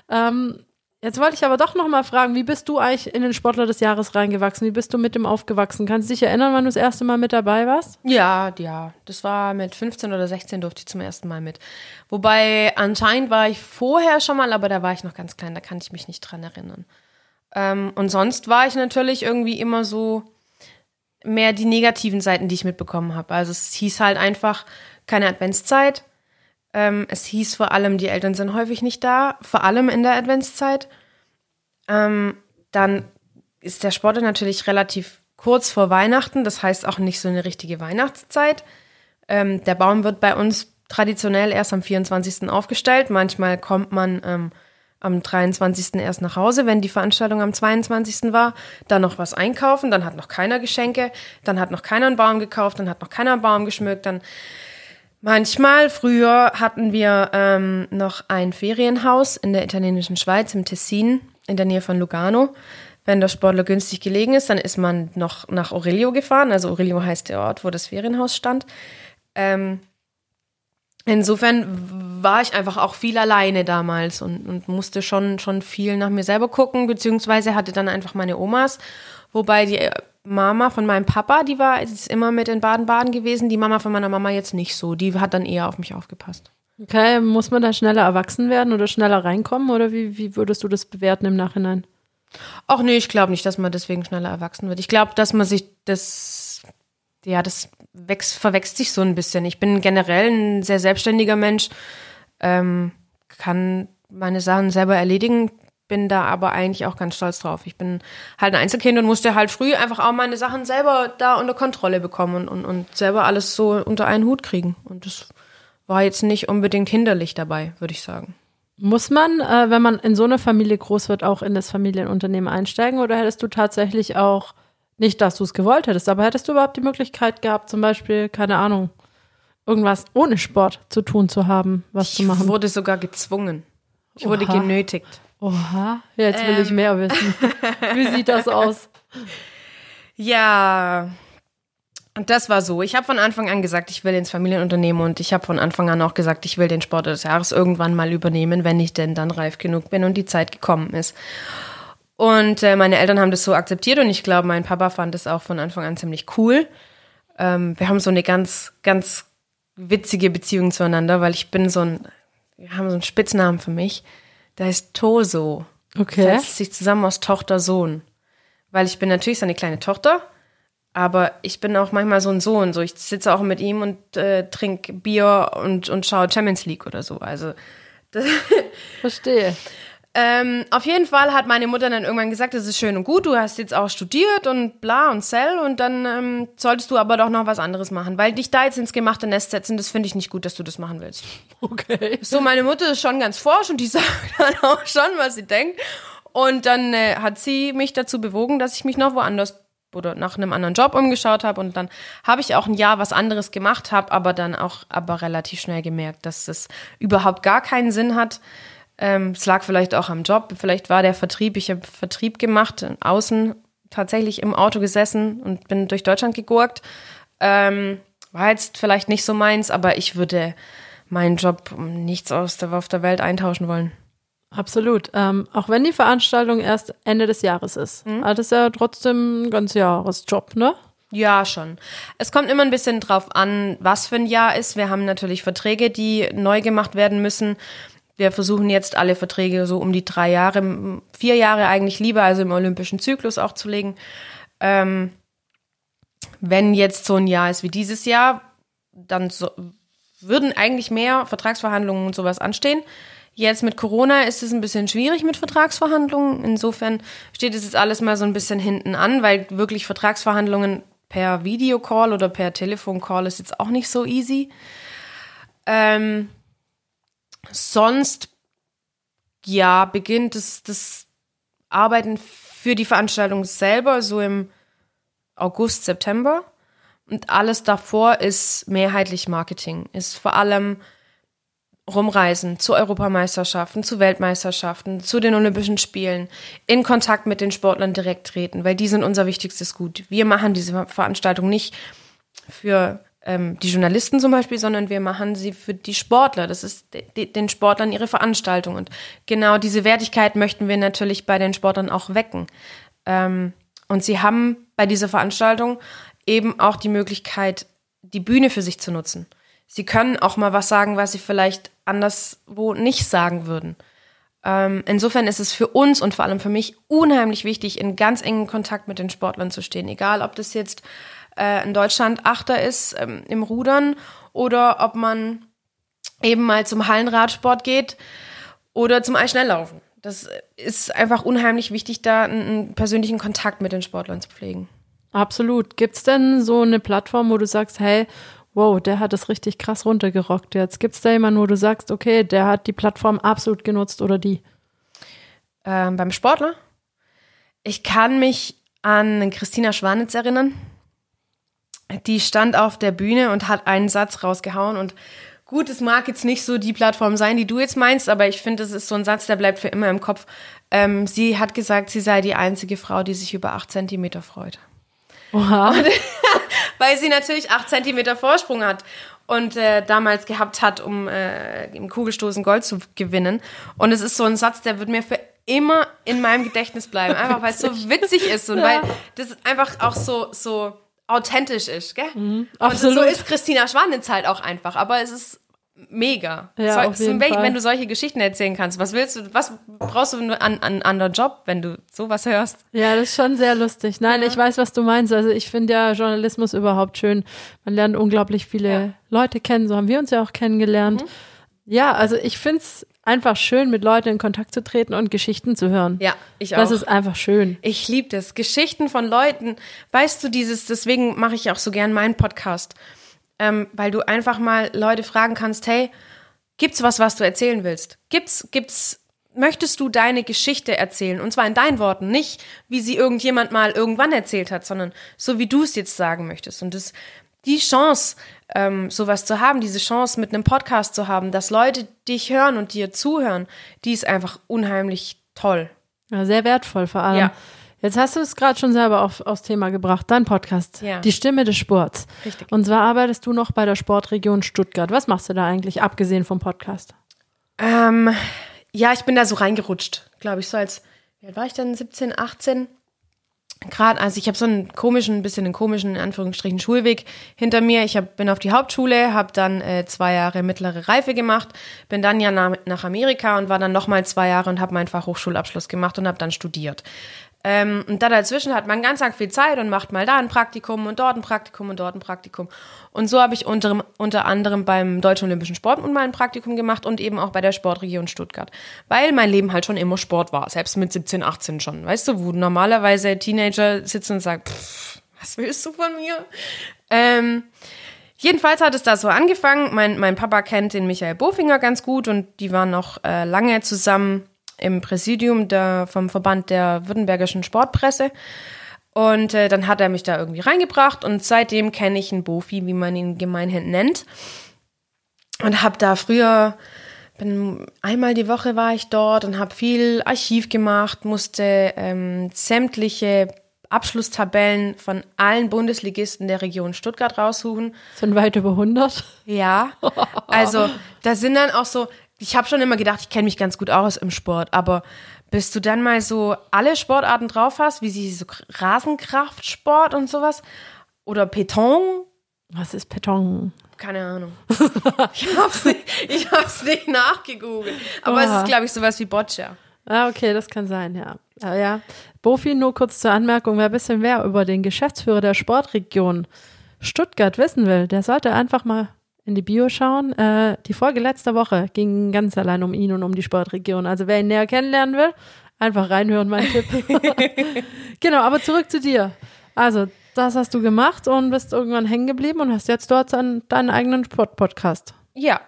Jetzt wollte ich aber doch noch mal fragen, wie bist du eigentlich in den Sportler des Jahres reingewachsen? Wie bist du mit dem aufgewachsen? Kannst du dich erinnern, wann du das erste Mal mit dabei warst? Ja. Das war mit 15 oder 16 durfte ich zum ersten Mal mit. Wobei anscheinend war ich vorher schon mal, aber da war ich noch ganz klein, da kann ich mich nicht dran erinnern. Und sonst war ich natürlich irgendwie immer so mehr die negativen Seiten, die ich mitbekommen habe. Also es hieß halt einfach keine Adventszeit. Es hieß vor allem, die Eltern sind häufig nicht da, vor allem in der Adventszeit. Dann ist der Sport natürlich relativ kurz vor Weihnachten, das heißt auch nicht so eine richtige Weihnachtszeit. Der Baum wird bei uns traditionell erst am 24. aufgestellt. Manchmal kommt man am 23. erst nach Hause, wenn die Veranstaltung am 22. war, dann noch was einkaufen, dann hat noch keiner Geschenke, dann hat noch keiner einen Baum gekauft, dann hat noch keiner einen Baum geschmückt, dann manchmal, früher hatten wir noch ein Ferienhaus in der italienischen Schweiz, im Tessin, in der Nähe von Lugano. Wenn der Sportler günstig gelegen ist, dann ist man noch nach Orilio gefahren. Also Orilio heißt der Ort, wo das Ferienhaus stand. Insofern war ich einfach auch viel alleine damals und musste schon viel nach mir selber gucken, beziehungsweise hatte dann einfach meine Omas, wobei die Mama von meinem Papa, die ist immer mit in Baden-Baden gewesen, die Mama von meiner Mama jetzt nicht so, die hat dann eher auf mich aufgepasst. Okay, muss man da schneller erwachsen werden oder schneller reinkommen oder wie würdest du das bewerten im Nachhinein? Ach nee, ich glaube nicht, dass man deswegen schneller erwachsen wird. Ich glaube, dass man sich verwechselt sich so ein bisschen. Ich bin generell ein sehr selbstständiger Mensch, kann meine Sachen selber erledigen, bin da aber eigentlich auch ganz stolz drauf. Ich bin halt ein Einzelkind und musste halt früh einfach auch meine Sachen selber da unter Kontrolle bekommen und selber alles so unter einen Hut kriegen. Und das war jetzt nicht unbedingt hinderlich dabei, würde ich sagen. Muss man, wenn man in so einer Familie groß wird, auch in das Familienunternehmen einsteigen oder hättest du tatsächlich auch, nicht, dass du es gewollt hättest, aber hättest du überhaupt die Möglichkeit gehabt, zum Beispiel, keine Ahnung, irgendwas ohne Sport zu tun zu haben, was zu machen? Ich wurde sogar gezwungen. Ich wurde Oha. genötigt. Oha, jetzt will ich mehr wissen. Wie sieht das aus? Ja, und das war so. Ich habe von Anfang an gesagt, ich will ins Familienunternehmen und ich habe von Anfang an auch gesagt, ich will den Sportler des Jahres irgendwann mal übernehmen, wenn ich denn dann reif genug bin und die Zeit gekommen ist. Und meine Eltern haben das so akzeptiert und ich glaube, mein Papa fand das auch von Anfang an ziemlich cool. Wir haben so eine ganz, ganz witzige Beziehung zueinander, weil wir haben so einen Spitznamen für mich, der heißt Toso. Okay. Das setzt sich zusammen aus Tochter, Sohn. Weil ich bin natürlich seine kleine Tochter, aber ich bin auch manchmal so ein Sohn. So, ich sitze auch mit ihm und trinke Bier und schaue Champions League oder so. Also Verstehe. Auf jeden Fall hat meine Mutter dann irgendwann gesagt, das ist schön und gut, du hast jetzt auch studiert und bla und Cell und dann solltest du aber doch noch was anderes machen, weil dich da jetzt ins gemachte Nest setzen, das finde ich nicht gut, dass du das machen willst. Okay. So, meine Mutter ist schon ganz forsch und die sagt dann auch schon, was sie denkt. Und dann hat sie mich dazu bewogen, dass ich mich noch woanders oder nach einem anderen Job umgeschaut habe und dann habe ich auch ein Jahr was anderes gemacht, habe aber dann auch relativ schnell gemerkt, dass das überhaupt gar keinen Sinn hat. Es lag vielleicht auch am Job, vielleicht war der Vertrieb, ich habe Vertrieb gemacht, außen tatsächlich im Auto gesessen und bin durch Deutschland gegurkt. War jetzt vielleicht nicht so meins, aber ich würde meinen Job um nichts auf der Welt eintauschen wollen. Absolut. Auch wenn die Veranstaltung erst Ende des Jahres ist. Aber das ist ja trotzdem ein ganz Jahresjob, ne? Ja, schon. Es kommt immer ein bisschen drauf an, was für ein Jahr ist. Wir haben natürlich Verträge, die neu gemacht werden müssen. Wir versuchen jetzt alle Verträge so um die 3 Jahre, 4 Jahre eigentlich lieber, also im olympischen Zyklus auch zu legen. Wenn jetzt so ein Jahr ist wie dieses Jahr, dann würden eigentlich mehr Vertragsverhandlungen und sowas anstehen. Jetzt mit Corona ist es ein bisschen schwierig mit Vertragsverhandlungen. Insofern steht es jetzt alles mal so ein bisschen hinten an, weil wirklich Vertragsverhandlungen per Videocall oder per Telefoncall ist jetzt auch nicht so easy. Sonst, ja, beginnt das Arbeiten für die Veranstaltung selber so im August, September. Und alles davor ist mehrheitlich Marketing, ist vor allem rumreisen zu Europameisterschaften, zu Weltmeisterschaften, zu den Olympischen Spielen, in Kontakt mit den Sportlern direkt treten, weil die sind unser wichtigstes Gut. Wir machen diese Veranstaltung nicht für die Journalisten zum Beispiel, sondern wir machen sie für die Sportler. Das ist den Sportlern ihre Veranstaltung. Und genau diese Wertigkeit möchten wir natürlich bei den Sportlern auch wecken. Und sie haben bei dieser Veranstaltung eben auch die Möglichkeit, die Bühne für sich zu nutzen. Sie können auch mal was sagen, was sie vielleicht anderswo nicht sagen würden. Insofern ist es für uns und vor allem für mich unheimlich wichtig, in ganz engen Kontakt mit den Sportlern zu stehen. Egal, ob das jetzt in Deutschland Achter ist im Rudern oder ob man eben mal zum Hallenradsport geht oder zum Eisschnelllaufen. Das ist einfach unheimlich wichtig, da einen persönlichen Kontakt mit den Sportlern zu pflegen. Absolut. Gibt's denn so eine Plattform, wo du sagst, hey, wow, der hat das richtig krass runtergerockt jetzt? Gibt's da jemanden, wo du sagst, okay, der hat die Plattform absolut genutzt oder die? Beim Sportler? Ich kann mich an Christina Schwanitz erinnern. Die stand auf der Bühne und hat einen Satz rausgehauen und gut, es mag jetzt nicht so die Plattform sein, die du jetzt meinst, aber ich finde, das ist so ein Satz, der bleibt für immer im Kopf. Sie hat gesagt, sie sei die einzige Frau, die sich über 8 Zentimeter freut. Oha. Weil sie natürlich 8 Zentimeter Vorsprung hat und damals gehabt hat, um im Kugelstoßen Gold zu gewinnen. Und es ist so ein Satz, der wird mir für immer in meinem Gedächtnis bleiben, einfach weil es so witzig ist und weil das einfach auch so authentisch ist, gell? Absolut. Und so ist Christina Schwanitz halt auch einfach, aber es ist mega. Ja, auf jeden Fall. Wenn du solche Geschichten erzählen kannst, was brauchst du an anderen Job, wenn du sowas hörst? Ja, das ist schon sehr lustig. Nein, ich weiß, was du meinst. Also ich finde ja Journalismus überhaupt schön. Man lernt unglaublich viele Leute kennen, so haben wir uns ja auch kennengelernt. Ja, also ich finde es einfach schön, mit Leuten in Kontakt zu treten und Geschichten zu hören. Ja, ich auch. Das ist einfach schön. Ich liebe das. Geschichten von Leuten. Weißt du, deswegen mache ich auch so gern meinen Podcast. Weil du einfach mal Leute fragen kannst, hey, gibt's was du erzählen willst? Möchtest du deine Geschichte erzählen? Und zwar in deinen Worten, nicht wie sie irgendjemand mal irgendwann erzählt hat, sondern so wie du es jetzt sagen möchtest. Und die Chance, sowas zu haben, diese Chance mit einem Podcast zu haben, dass Leute dich hören und dir zuhören, die ist einfach unheimlich toll. Ja, sehr wertvoll vor allem. Ja. Jetzt hast du es gerade schon selber aufs Thema gebracht, dein Podcast, Die Stimme des Sports. Richtig. Und zwar arbeitest du noch bei der Sportregion Stuttgart. Was machst du da eigentlich, abgesehen vom Podcast? Ja, ich bin da so reingerutscht, glaube ich, wie alt war ich dann, 17, 18? Gerade, also ich habe so einen komischen, in Anführungsstrichen, Schulweg hinter mir. Ich bin auf die Hauptschule, habe dann 2 Jahre mittlere Reife gemacht, bin dann ja nach Amerika und war dann nochmal 2 Jahre und habe meinen Fachhochschulabschluss gemacht und habe dann studiert. Und da dazwischen hat man ganz viel Zeit und macht mal da ein Praktikum und dort ein Praktikum und dort ein Praktikum. Und so habe ich unter anderem beim Deutschen Olympischen Sportbund mal ein Praktikum gemacht und eben auch bei der Sportregion Stuttgart. Weil mein Leben halt schon immer Sport war, selbst mit 17, 18 schon. Weißt du, wo normalerweise Teenager sitzen und sagen, was willst du von mir? Jedenfalls hat es da so angefangen. Mein Papa kennt den Michael Bofinger ganz gut und die waren noch lange zusammen im Präsidium vom Verband der württembergischen Sportpresse. Und dann hat er mich da irgendwie reingebracht und seitdem kenne ich einen Bofi, wie man ihn gemeinhin nennt. Und habe da einmal die Woche war ich dort und habe viel Archiv gemacht, musste sämtliche Abschlusstabellen von allen Bundesligisten der Region Stuttgart raussuchen. Sind weit über 100? Ja, also da sind dann auch so, ich habe schon immer gedacht, ich kenne mich ganz gut aus im Sport, aber bis du dann mal so alle Sportarten drauf hast, wie sie so Rasenkraftsport und sowas oder Peton. Was ist Peton? Keine Ahnung. Ich hab's nicht nachgegoogelt. Aber es ist, glaube ich, sowas wie Boccia. Ah, okay, das kann sein, ja. Ja. Bofi, nur kurz zur Anmerkung, wer ein bisschen mehr über den Geschäftsführer der Sportregion Stuttgart wissen will, der sollte einfach mal in die Bio schauen. Die Folge letzter Woche ging ganz allein um ihn und um die Sportregion. Also wer ihn näher kennenlernen will, einfach reinhören, mein Tipp. Genau, aber zurück zu dir. Also, das hast du gemacht und bist irgendwann hängen geblieben und hast jetzt dort deinen eigenen Sportpodcast. Ja,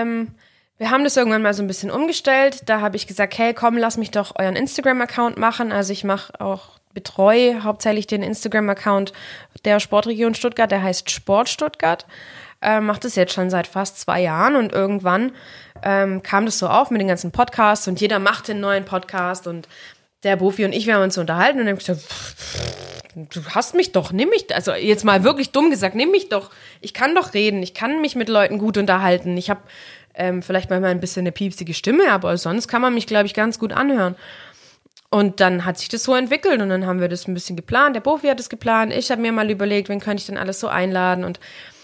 wir haben das irgendwann mal so ein bisschen umgestellt. Da habe ich gesagt, hey, komm, lass mich doch euren Instagram-Account machen. Also ich betreue hauptsächlich den Instagram-Account der Sportregion Stuttgart. Der heißt Sport Stuttgart. Macht das jetzt schon seit fast 2 Jahren und irgendwann kam das so auf mit den ganzen Podcasts und jeder macht den neuen Podcast und der Bofi und ich, wir haben uns so unterhalten und dann habe ich gesagt, du hast mich doch, nimm mich, also jetzt mal wirklich dumm gesagt, nimm mich doch, ich kann doch reden, ich kann mich mit Leuten gut unterhalten, ich habe vielleicht manchmal ein bisschen eine piepsige Stimme, aber sonst kann man mich, glaube ich, ganz gut anhören. Und dann hat sich das so entwickelt und dann haben wir das ein bisschen geplant, der Bofi hat es geplant, ich habe mir mal überlegt, wen könnte ich denn alles so einladen und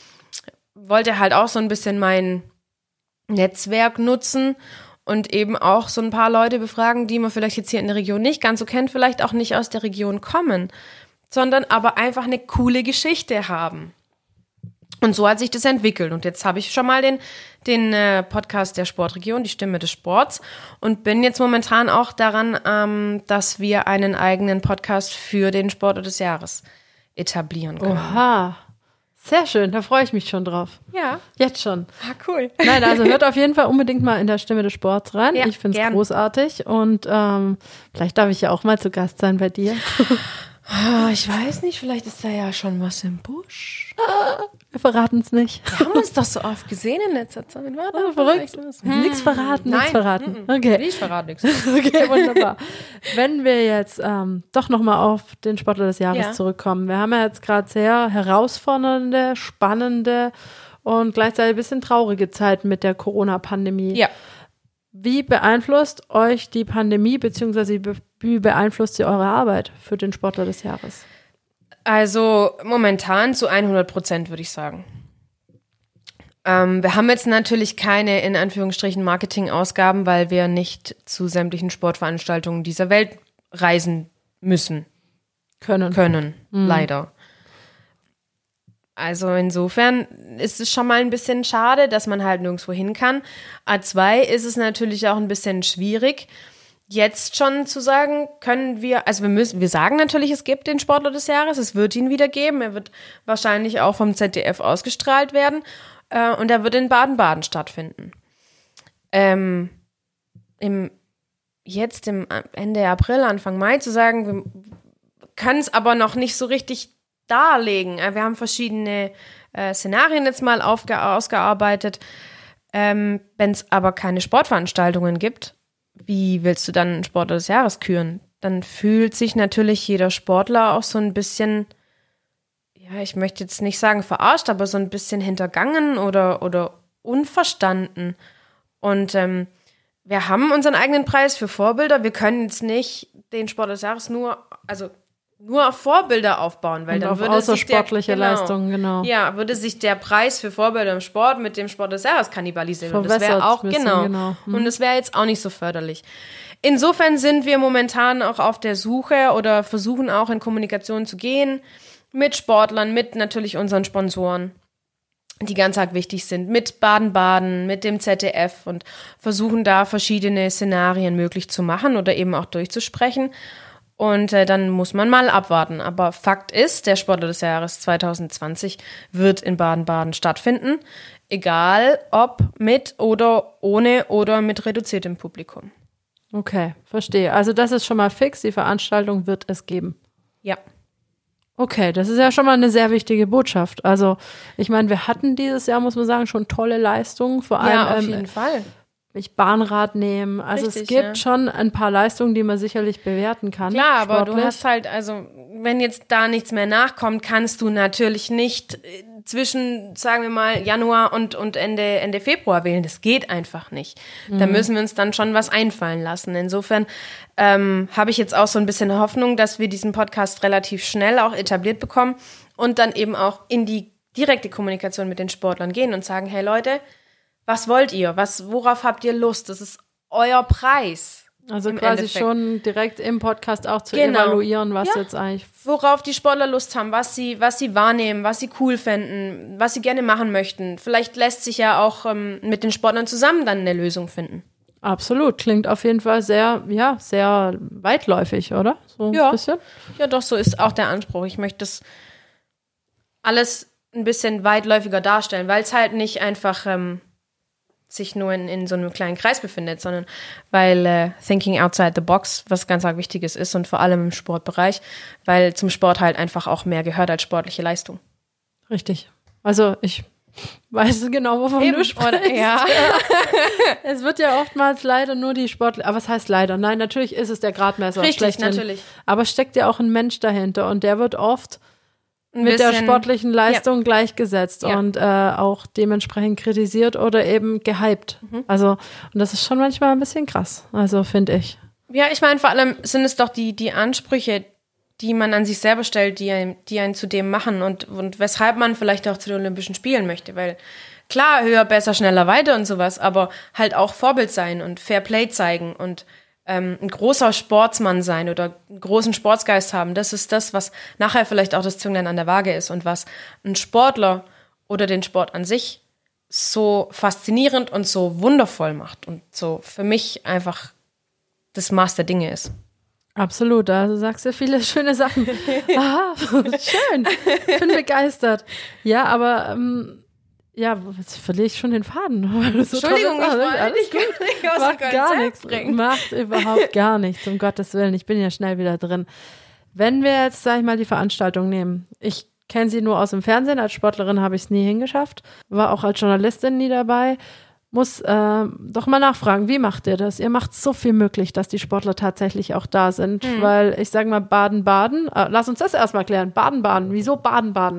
wollte halt auch so ein bisschen mein Netzwerk nutzen und eben auch so ein paar Leute befragen, die man vielleicht jetzt hier in der Region nicht ganz so kennt, vielleicht auch nicht aus der Region kommen, sondern aber einfach eine coole Geschichte haben. Und so hat sich das entwickelt. Und jetzt habe ich schon mal den Podcast der Sportregion, die Stimme des Sports, und bin jetzt momentan auch daran, dass wir einen eigenen Podcast für den Sportler des Jahres etablieren können. Oha. Sehr schön, da freue ich mich schon drauf. Ja. Jetzt schon. Ah, cool. Nein, also hört auf jeden Fall unbedingt mal in der Stimme des Sports rein. Ja, ich finde es gern. großartig und vielleicht darf ich ja auch mal zu Gast sein bei dir. Ich weiß nicht, vielleicht ist da ja schon was im Busch. Wir verraten es nicht. Wir haben uns doch so oft gesehen in letzter Zeit. Oh, verrückt. Nichts verraten, nichts verraten. Okay. Ich verrate nichts. Okay, wunderbar. Wenn wir jetzt doch nochmal auf den Sportler des Jahres zurückkommen. Wir haben ja jetzt gerade sehr herausfordernde, spannende und gleichzeitig ein bisschen traurige Zeiten mit der Corona-Pandemie. Ja. Wie beeinflusst euch die Pandemie, beziehungsweise wie beeinflusst sie eure Arbeit für den Sportler des Jahres? Also momentan zu 100%, würde ich sagen. Wir haben jetzt natürlich keine, in Anführungsstrichen, Marketingausgaben, weil wir nicht zu sämtlichen Sportveranstaltungen dieser Welt reisen müssen. Können, leider. Also insofern ist es schon mal ein bisschen schade, dass man halt nirgendwo hin kann. A2 ist es natürlich auch ein bisschen schwierig, jetzt schon zu sagen, können wir, also wir sagen natürlich, es gibt den Sportler des Jahres, es wird ihn wieder geben, er wird wahrscheinlich auch vom ZDF ausgestrahlt werden und er wird in Baden-Baden stattfinden. Jetzt im Ende April, Anfang Mai zu sagen, wir können es aber noch nicht so richtig darlegen. Wir haben verschiedene Szenarien jetzt mal ausgearbeitet. Wenn es aber keine Sportveranstaltungen gibt, wie willst du dann einen Sportler des Jahres küren? Dann fühlt sich natürlich jeder Sportler auch so ein bisschen, ja, ich möchte jetzt nicht sagen verarscht, aber so ein bisschen hintergangen oder unverstanden. Und wir haben unseren eigenen Preis für Vorbilder. Wir können jetzt nicht den Sportler des Jahres nur, also nur auf Vorbilder aufbauen, weil Und dann auf würde sich außersportliche Leistungen, genau. Ja, würde sich der Preis für Vorbilder im Sport mit dem Sport des Jahres kannibalisieren. Und das Verwässert wäre auch, ein bisschen, genau. Und das wäre jetzt auch nicht so förderlich. Insofern sind wir momentan auch auf der Suche oder versuchen auch in Kommunikation zu gehen mit Sportlern, mit natürlich unseren Sponsoren, die ganz arg wichtig sind, mit Baden-Baden, mit dem ZDF und versuchen da verschiedene Szenarien möglich zu machen oder eben auch durchzusprechen. Und dann muss man mal abwarten. Aber Fakt ist, der Sportler des Jahres 2020 wird in Baden-Baden stattfinden, egal ob mit oder ohne oder mit reduziertem Publikum. Okay, verstehe. Also das ist schon mal fix, die Veranstaltung wird es geben. Ja. Okay, das ist ja schon mal eine sehr wichtige Botschaft. Also ich meine, wir hatten dieses Jahr, muss man sagen, schon tolle Leistungen. Vor allem Ja, auf jeden Fall. Ich Bahnrad nehmen. Also Richtig, es gibt ja. schon ein paar Leistungen, die man sicherlich bewerten kann. Klar, aber sportlich. du hast halt, also wenn jetzt da nichts mehr nachkommt, kannst du natürlich nicht zwischen, sagen wir mal, Januar und Ende Februar wählen. Das geht einfach nicht. Da müssen wir uns dann schon was einfallen lassen. Insofern habe ich jetzt auch so ein bisschen Hoffnung, dass wir diesen Podcast relativ schnell auch etabliert bekommen und dann eben auch in die direkte Kommunikation mit den Sportlern gehen und sagen, hey Leute, was wollt ihr? Worauf habt ihr Lust? Das ist euer Preis. Also im quasi Endeffekt. schon direkt im Podcast auch zu Genau. evaluieren, was Ja. jetzt eigentlich. Worauf die Sportler Lust haben, was sie wahrnehmen, was sie cool fänden, was sie gerne machen möchten. Vielleicht lässt sich ja auch mit den Sportlern zusammen dann eine Lösung finden. Absolut, klingt auf jeden Fall sehr, ja, sehr weitläufig, oder? So Ja. ein bisschen. Ja, doch, so ist auch der Anspruch. Ich möchte das alles ein bisschen weitläufiger darstellen, weil es halt nicht einfach sich nur in so einem kleinen Kreis befindet, sondern weil thinking outside the box was ganz arg Wichtiges ist und vor allem im Sportbereich, weil zum Sport halt einfach auch mehr gehört als sportliche Leistung. Richtig. Also ich weiß genau, wovon du sprichst. Oder, ja. Es wird ja oftmals leider nur die Sportler, aber was heißt leider? Nein, natürlich ist es der Gradmesser. Richtig, schlechthin. natürlich. Aber es steckt ja auch ein Mensch dahinter und der wird oft mit der bisschen- sportlichen Leistung gleichgesetzt Ja. und auch dementsprechend kritisiert oder eben gehypt. Also, und das ist schon manchmal ein bisschen krass, also finde ich. Ja, ich meine, vor allem sind es doch die Ansprüche, die man an sich selber stellt, die einen zu dem machen und weshalb man vielleicht auch zu den Olympischen Spielen möchte. Weil klar, höher, besser, schneller, weiter und sowas, aber halt auch Vorbild sein und Fair Play zeigen und ein großer Sportsmann sein oder einen großen Sportsgeist haben. Das ist das, was nachher vielleicht auch das Zünglein an der Waage ist und was ein Sportler oder den Sport an sich so faszinierend und so wundervoll macht und so für mich einfach das Maß der Dinge ist. Absolut, da sagst du viele schöne Sachen. Aha, schön, bin begeistert. Ja, aber ja, jetzt verliere ich schon den Faden. Weil du so Entschuldigung, toll ich bist. wollte Alles nicht gut. aus Macht dem gar Konzept nichts. bringen. Macht überhaupt gar nichts, um Gottes Willen. Ich bin ja schnell wieder drin. Wenn wir jetzt, sag ich mal, die Veranstaltung nehmen. Ich kenne sie nur aus dem Fernsehen. Als Sportlerin habe ich es nie hingeschafft. War auch als Journalistin nie dabei. Muss doch mal nachfragen, wie macht ihr das? Ihr macht so viel möglich, dass die Sportler tatsächlich auch da sind. Weil ich sage mal Baden-Baden, lass uns das erstmal klären. Baden-Baden, wieso Baden-Baden?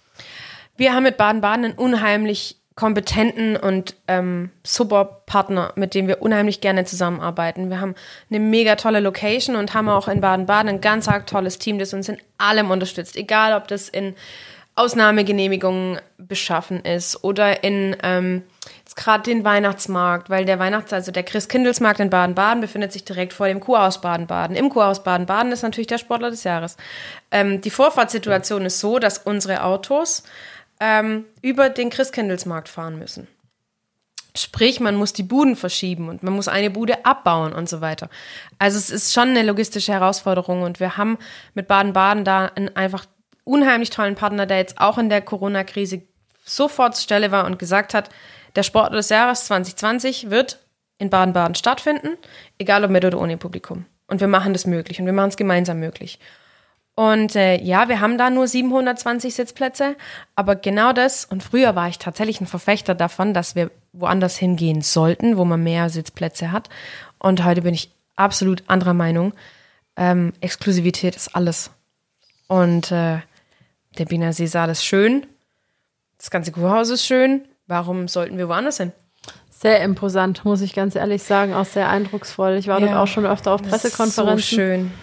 Wir haben mit Baden-Baden einen unheimlich kompetenten und super Partner, mit dem wir unheimlich gerne zusammenarbeiten. Wir haben eine mega tolle Location und haben auch in Baden-Baden ein ganz arg tolles Team, das uns in allem unterstützt. Egal, ob das in Ausnahmegenehmigungen beschaffen ist oder in jetzt gerade den Weihnachtsmarkt, weil der der Christkindlesmarkt in Baden-Baden befindet sich direkt vor dem Kurhaus Baden-Baden. Im Kurhaus Baden-Baden ist natürlich der Sportler des Jahres. Die Vorfahrtssituation ist so, dass unsere Autos über den Christkindlesmarkt fahren müssen. Sprich, man muss die Buden verschieben und man muss eine Bude abbauen und so weiter. Also es ist schon eine logistische Herausforderung und wir haben mit Baden-Baden da einen einfach unheimlich tollen Partner, der jetzt auch in der Corona-Krise sofort zur Stelle war und gesagt hat, der Sportler des Jahres 2020 wird in Baden-Baden stattfinden, egal ob mit oder ohne Publikum. Und wir machen das möglich und wir machen es gemeinsam möglich. Und ja, wir haben da nur 720 Sitzplätze, aber genau das, und früher war ich tatsächlich ein Verfechter davon, dass wir woanders hingehen sollten, wo man mehr Sitzplätze hat. Und heute bin ich absolut anderer Meinung. Exklusivität ist alles. Und der Biener Seesaal ist schön, das ganze Kurhaus ist schön, warum sollten wir woanders hin? Sehr imposant, muss ich ganz ehrlich sagen, auch sehr eindrucksvoll. Ich war dort auch schon öfter auf Das ist Pressekonferenzen. so schön.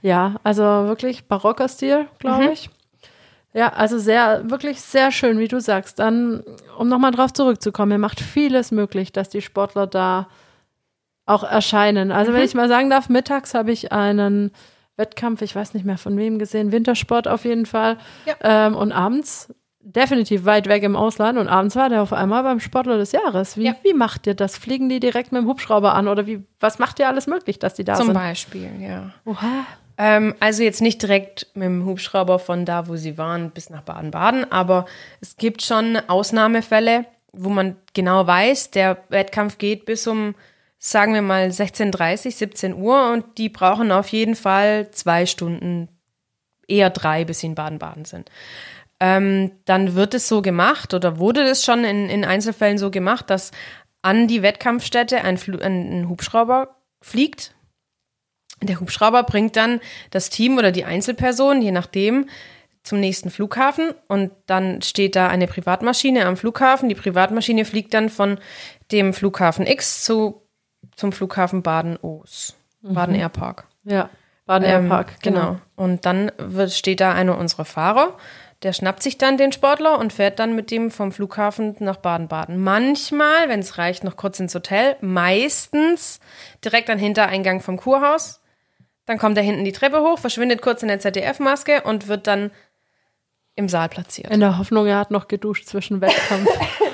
Ja, also wirklich barocker Stil, glaube ich. Ja, also wirklich sehr schön, wie du sagst. Dann, um nochmal drauf zurückzukommen, er macht vieles möglich, dass die Sportler da auch erscheinen. Also wenn ich mal sagen darf, mittags habe ich einen Wettkampf, ich weiß nicht mehr von wem gesehen, Wintersport auf jeden Fall. Ja. Und abends definitiv weit weg im Ausland und abends war der auf einmal beim Sportler des Jahres. Wie macht ihr das? Fliegen die direkt mit dem Hubschrauber an oder was macht ihr alles möglich, dass die da sind? Zum Beispiel, ja. Oha. Also jetzt nicht direkt mit dem Hubschrauber von da, wo sie waren, bis nach Baden-Baden, aber es gibt schon Ausnahmefälle, wo man genau weiß, der Wettkampf geht bis um, sagen wir mal, 16:30, 17 Uhr und die brauchen auf jeden Fall 2 Stunden, eher 3, bis sie in Baden-Baden sind. Dann wird es so gemacht oder wurde das schon in Einzelfällen so gemacht, dass an die Wettkampfstätte ein Hubschrauber fliegt. Der Hubschrauber bringt dann das Team oder die Einzelperson, je nachdem, zum nächsten Flughafen und dann steht da eine Privatmaschine am Flughafen. Die Privatmaschine fliegt dann von dem Flughafen X zum Flughafen Baden-Oos, Baden Airpark. Ja, Baden Airpark, genau. Und dann steht da einer unserer Fahrer, der schnappt sich dann den Sportler und fährt dann mit dem vom Flughafen nach Baden-Baden. Manchmal, wenn es reicht, noch kurz ins Hotel, meistens direkt am Hintereingang vom Kurhaus. Dann kommt er hinten die Treppe hoch, verschwindet kurz in der ZDF-Maske und wird dann im Saal platziert. In der Hoffnung, er hat noch geduscht zwischen Wettkampf.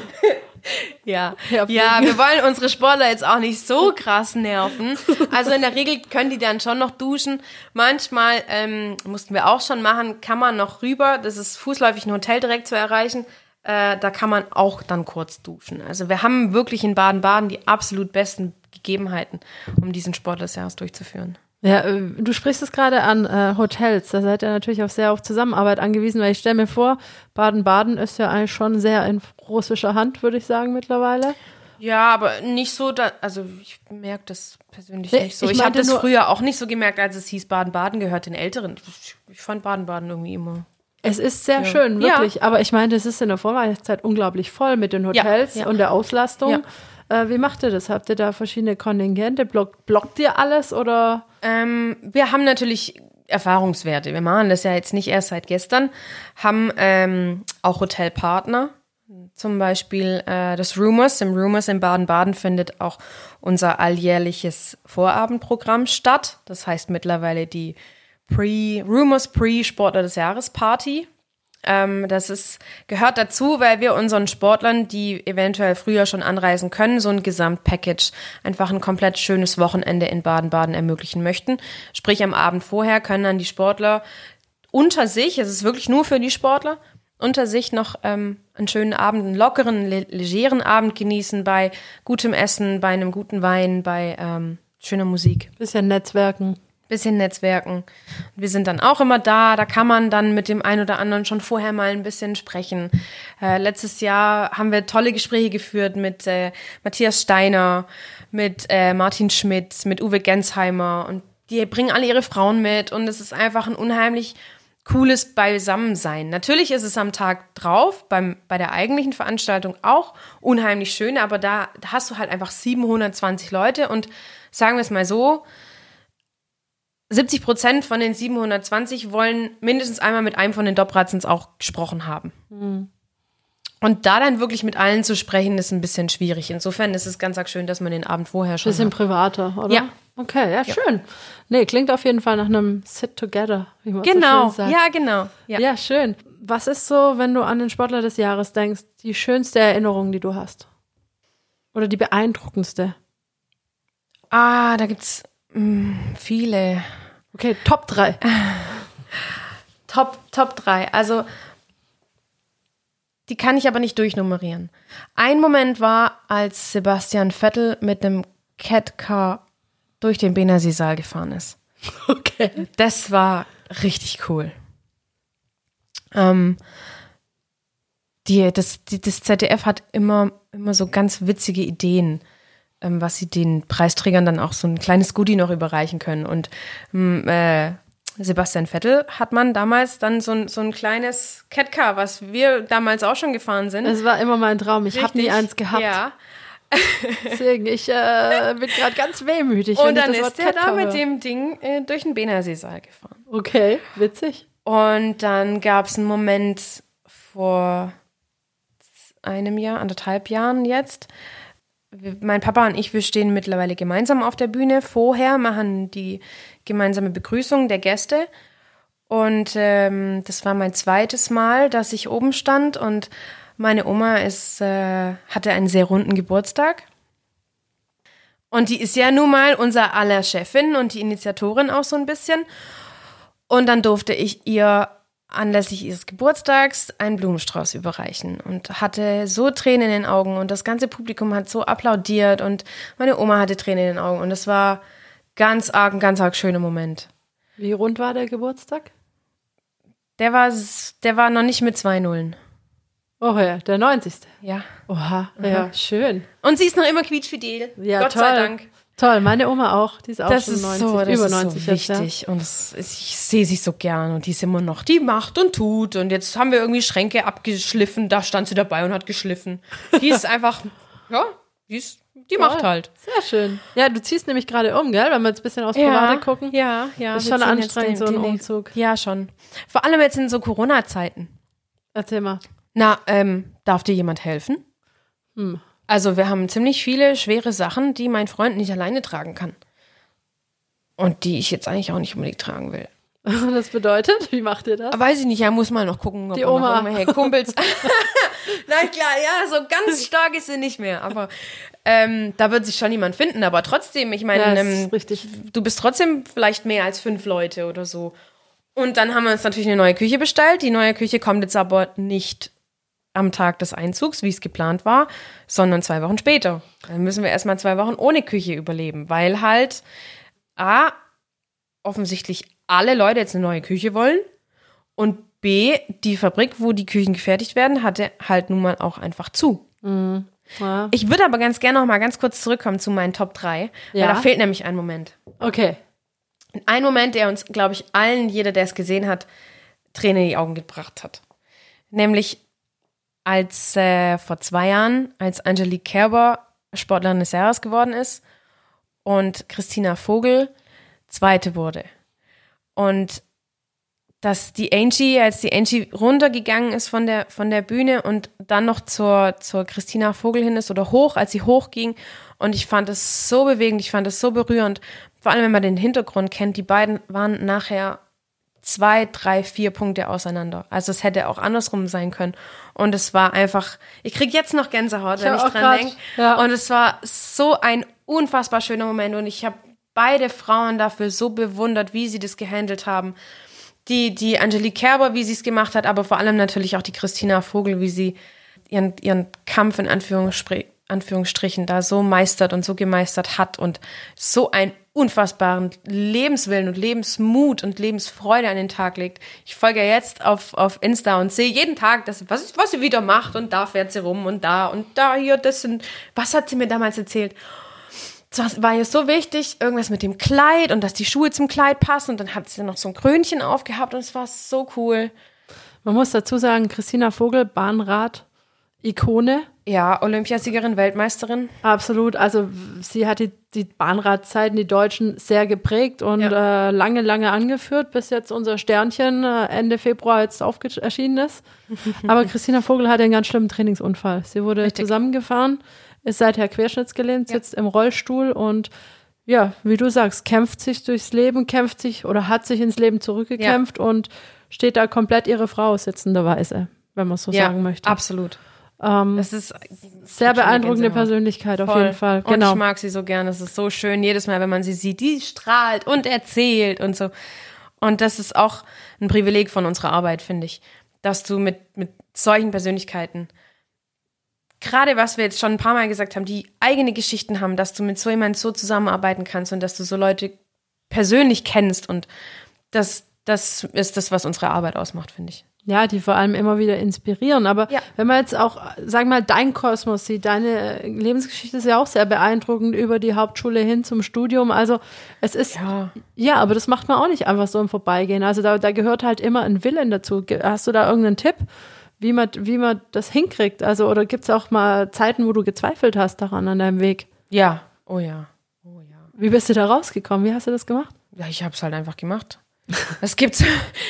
Ja, wir wollen unsere Sportler jetzt auch nicht so krass nerven. Also in der Regel können die dann schon noch duschen. Manchmal, mussten wir auch schon machen, kann man noch rüber, das ist fußläufig ein Hotel direkt zu erreichen, da kann man auch dann kurz duschen. Also wir haben wirklich in Baden-Baden die absolut besten Gegebenheiten, um diesen Sport des Jahres durchzuführen. Ja, du sprichst es gerade an Hotels, da seid ihr natürlich auch sehr auf Zusammenarbeit angewiesen, weil ich stelle mir vor, Baden-Baden ist ja eigentlich schon sehr in russischer Hand, würde ich sagen, mittlerweile. Ja, aber nicht so, also ich merke das persönlich nicht so. Ich habe das früher auch nicht so gemerkt, als es hieß, Baden-Baden gehört den Älteren. Ich fand Baden-Baden irgendwie immer... Es ist sehr schön, wirklich, ja. Aber ich meine, es ist in der Vorweihnachtszeit unglaublich voll mit den Hotels und der Auslastung. Ja. Wie macht ihr das? Habt ihr da verschiedene Kontingente? Blockt ihr alles oder? Wir haben natürlich Erfahrungswerte. Wir machen das ja jetzt nicht erst seit gestern. Haben auch Hotelpartner. Zum Beispiel das Rumors. Im Rumors in Baden-Baden findet auch unser alljährliches Vorabendprogramm statt. Das heißt mittlerweile die Rumors Pre-Sportler des Jahres Party. Das gehört dazu, weil wir unseren Sportlern, die eventuell früher schon anreisen können, so ein Gesamtpackage, einfach ein komplett schönes Wochenende in Baden-Baden ermöglichen möchten. Sprich, am Abend vorher können dann die Sportler unter sich, es ist wirklich nur für die Sportler, unter sich noch einen schönen Abend, einen lockeren, legeren Abend genießen bei gutem Essen, bei einem guten Wein, bei schöner Musik. Bisschen Netzwerken. Wir sind dann auch immer da kann man dann mit dem einen oder anderen schon vorher mal ein bisschen sprechen. Letztes Jahr haben wir tolle Gespräche geführt mit Matthias Steiner, mit Martin Schmidt, mit Uwe Gensheimer und die bringen alle ihre Frauen mit und es ist einfach ein unheimlich cooles Beisammensein. Natürlich ist es am Tag drauf, bei der eigentlichen Veranstaltung auch unheimlich schön, aber da hast du halt einfach 720 Leute und sagen wir es mal so, 70% von den 720 wollen mindestens einmal mit einem von den Dobratzens auch gesprochen haben. Mhm. Und da dann wirklich mit allen zu sprechen, ist ein bisschen schwierig. Insofern ist es ganz schön, dass man den Abend vorher schon bisschen privater, oder? Ja. Okay, ja, schön. Nee, klingt auf jeden Fall nach einem Sit-Together, wie man genau. so schön sagt. Ja, genau. Ja, schön. Was ist so, wenn du an den Sportler des Jahres denkst, die schönste Erinnerung, die du hast? Oder die beeindruckendste? Da gibt's viele. Okay, Top 3. Top 3. Also, die kann ich aber nicht durchnummerieren. Ein Moment war, als Sebastian Vettel mit einem Catcar durch den Benazir-Saal gefahren ist. Okay. Das war richtig cool. Das ZDF hat immer so ganz witzige Ideen, was sie den Preisträgern dann auch so ein kleines Goodie noch überreichen können. Und Sebastian Vettel hat man damals dann so ein kleines Catcar, was wir damals auch schon gefahren sind. Es war immer mein Traum. Ich habe nie eins gehabt. Ja. Deswegen, ich bin gerade ganz wehmütig. Und wenn ich dann das Wort ist er da Ketter mit höre. dem Ding durch den Benerseesaal gefahren. Okay, witzig. Und dann gab es einen Moment vor einem Jahr, 1,5 Jahren jetzt. Mein Papa und ich, wir stehen mittlerweile gemeinsam auf der Bühne. Vorher machen die gemeinsame Begrüßung der Gäste. Und das war mein zweites Mal, dass ich oben stand. Und meine Oma hatte einen sehr runden Geburtstag. Und die ist ja nun mal unser aller Chefin und die Initiatorin auch so ein bisschen. Und dann durfte ich ihr anlässlich ihres Geburtstags einen Blumenstrauß überreichen und hatte so Tränen in den Augen und das ganze Publikum hat so applaudiert und meine Oma hatte Tränen in den Augen und es war ein ganz arg schöner Moment. Wie rund war der Geburtstag? Der war noch nicht mit 2 Nullen. Oh ja, der 90. Ja. Oha, ja, schön. Und sie ist noch immer quietschfidel. Ja, Gott toll. sei Dank. Toll, meine Oma auch, die ist auch Das schon ist 90, so, das über ist 90 so jetzt, ja. wichtig und ich sehe sie so gern und die ist immer noch, die macht und tut und jetzt haben wir irgendwie Schränke abgeschliffen, da stand sie dabei und hat geschliffen. Die ist einfach, ja, die macht halt. Sehr schön. Ja, du ziehst nämlich gerade um, gell, wenn wir jetzt ein bisschen aufs Private gucken. Ja. Ist wir schon ziehen anstrengend, jetzt so ein Umzug. Ja, schon. Vor allem jetzt in so Corona-Zeiten. Erzähl mal. Na, darf dir jemand helfen? Also wir haben ziemlich viele schwere Sachen, die mein Freund nicht alleine tragen kann. Und die ich jetzt eigentlich auch nicht unbedingt tragen will. Das bedeutet, wie macht ihr das? Weiß ich nicht, ja, muss mal noch gucken, ob Die wir noch Oma. irgendwelche Kumpels. Nein, klar, ja, so ganz stark ist sie nicht mehr. Aber da wird sich schon jemand finden. Aber trotzdem, ich meine, Ja, das ist richtig. du bist trotzdem vielleicht mehr als 5 Leute oder so. Und dann haben wir uns natürlich eine neue Küche bestellt. Die neue Küche kommt jetzt aber nicht am Tag des Einzugs, wie es geplant war, sondern 2 Wochen später. Dann müssen wir erstmal 2 Wochen ohne Küche überleben, weil halt offensichtlich alle Leute jetzt eine neue Küche wollen und B, die Fabrik, wo die Küchen gefertigt werden, hatte halt nun mal auch einfach zu. Ja. Ich würde aber ganz gerne noch mal ganz kurz zurückkommen zu meinen Top 3, weil Ja. da fehlt nämlich ein Moment. Okay. Ein Moment, der uns, glaube ich, allen, jeder, der es gesehen hat, Tränen in die Augen gebracht hat. Nämlich als vor 2 Jahren, als Angelique Kerber Sportlerin des Jahres geworden ist und Christina Vogel Zweite wurde. Und dass als die Angie runtergegangen ist von der Bühne und dann noch zur Christina Vogel hin ist oder hoch, als sie hochging. Und ich fand es so bewegend, ich fand es so berührend. Vor allem, wenn man den Hintergrund kennt, die beiden waren nachher 2, 3, 4 Punkte auseinander. Also es hätte auch andersrum sein können. Und es war einfach, ich kriege jetzt noch Gänsehaut, wenn ich dran denke. Ja. Und es war so ein unfassbar schöner Moment. Und ich habe beide Frauen dafür so bewundert, wie sie das gehandelt haben. Die Angelique Kerber, wie sie es gemacht hat, aber vor allem natürlich auch die Christina Vogel, wie sie ihren Kampf in Anführungsstrichen da so meistert und so gemeistert hat und so einen unfassbaren Lebenswillen und Lebensmut und Lebensfreude an den Tag legt. Ich folge ja jetzt auf Insta und sehe jeden Tag, was sie wieder macht und da fährt sie rum und da hier, was hat sie mir damals erzählt? Das war ihr so wichtig, irgendwas mit dem Kleid und dass die Schuhe zum Kleid passen und dann hat sie noch so ein Krönchen aufgehabt und es war so cool. Man muss dazu sagen, Christina Vogel, Bahnrad, Ikone. Ja, Olympiasiegerin, Weltmeisterin. Absolut. Also sie hat die Bahnradzeiten, die Deutschen, sehr geprägt und lange, lange angeführt, bis jetzt unser Sternchen Ende Februar jetzt erschienen ist. Aber Christina Vogel hatte einen ganz schlimmen Trainingsunfall. Sie wurde zusammengefahren, ist seither querschnittsgelähmt, sitzt im Rollstuhl und ja, wie du sagst, kämpft sich durchs Leben, hat sich ins Leben zurückgekämpft und steht da komplett ihre Frau sitzenderweise, wenn man es so sagen möchte. Absolut. Das ist sehr beeindruckende Persönlichkeit auf jeden Fall. Genau. Und ich mag sie so gern. Es ist so schön, jedes Mal, wenn man sie sieht, die strahlt und erzählt und so. Und das ist auch ein Privileg von unserer Arbeit, finde ich, dass du mit solchen Persönlichkeiten, gerade was wir jetzt schon ein paar Mal gesagt haben, die eigene Geschichten haben, dass du mit so jemandem so zusammenarbeiten kannst und dass du so Leute persönlich kennst. Und das ist das, was unsere Arbeit ausmacht, finde ich. Ja, die vor allem immer wieder inspirieren. Aber wenn man jetzt auch, sag mal, dein Kosmos sieht, deine Lebensgeschichte ist ja auch sehr beeindruckend über die Hauptschule hin zum Studium. Also es ist, ja, aber das macht man auch nicht einfach so im Vorbeigehen. Also da gehört halt immer ein Willen dazu. Hast du da irgendeinen Tipp, wie man das hinkriegt. Also, oder gibt es auch mal Zeiten, wo du gezweifelt hast daran an deinem Weg? Ja, oh ja. Wie bist du da rausgekommen? Wie hast du das gemacht? Ja, ich habe es halt einfach gemacht. Es gibt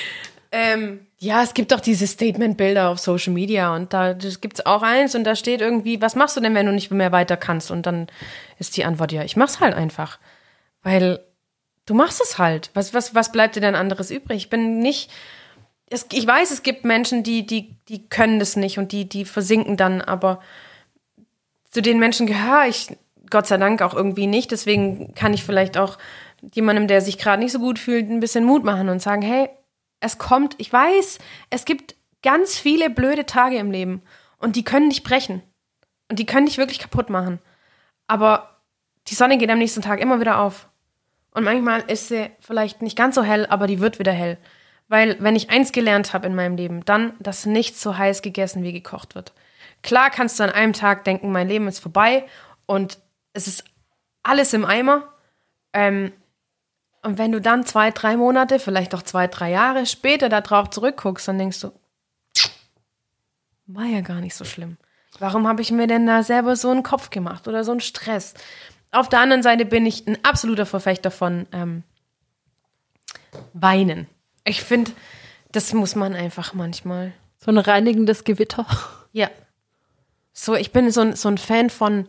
es gibt auch diese Statement-Bilder auf Social Media und da gibt's auch eins und da steht irgendwie, was machst du denn, wenn du nicht mehr weiter kannst? Und dann ist die Antwort, ja, ich mach's halt einfach. Weil du machst es halt. Was bleibt dir denn anderes übrig? Ich weiß, es gibt Menschen, die können das nicht und die versinken dann, aber zu den Menschen gehöre ich Gott sei Dank auch irgendwie nicht. Deswegen kann ich vielleicht auch jemandem, der sich gerade nicht so gut fühlt, ein bisschen Mut machen und sagen, hey, es kommt, ich weiß, es gibt ganz viele blöde Tage im Leben und die können dich brechen und die können dich wirklich kaputt machen. Aber die Sonne geht am nächsten Tag immer wieder auf. Und manchmal ist sie vielleicht nicht ganz so hell, aber die wird wieder hell. Weil wenn ich eins gelernt habe in meinem Leben, dann, dass nichts so heiß gegessen wie gekocht wird. Klar kannst du an einem Tag denken, mein Leben ist vorbei und es ist alles im Eimer. Und wenn du dann 2-3 Monate, vielleicht auch 2-3 Jahre später da drauf zurückguckst, dann denkst du, war ja gar nicht so schlimm. Warum habe ich mir denn da selber so einen Kopf gemacht oder so einen Stress? Auf der anderen Seite bin ich ein absoluter Verfechter von Weinen. Ich finde, das muss man einfach manchmal. So ein reinigendes Gewitter. Ja. So, ich bin so ein Fan von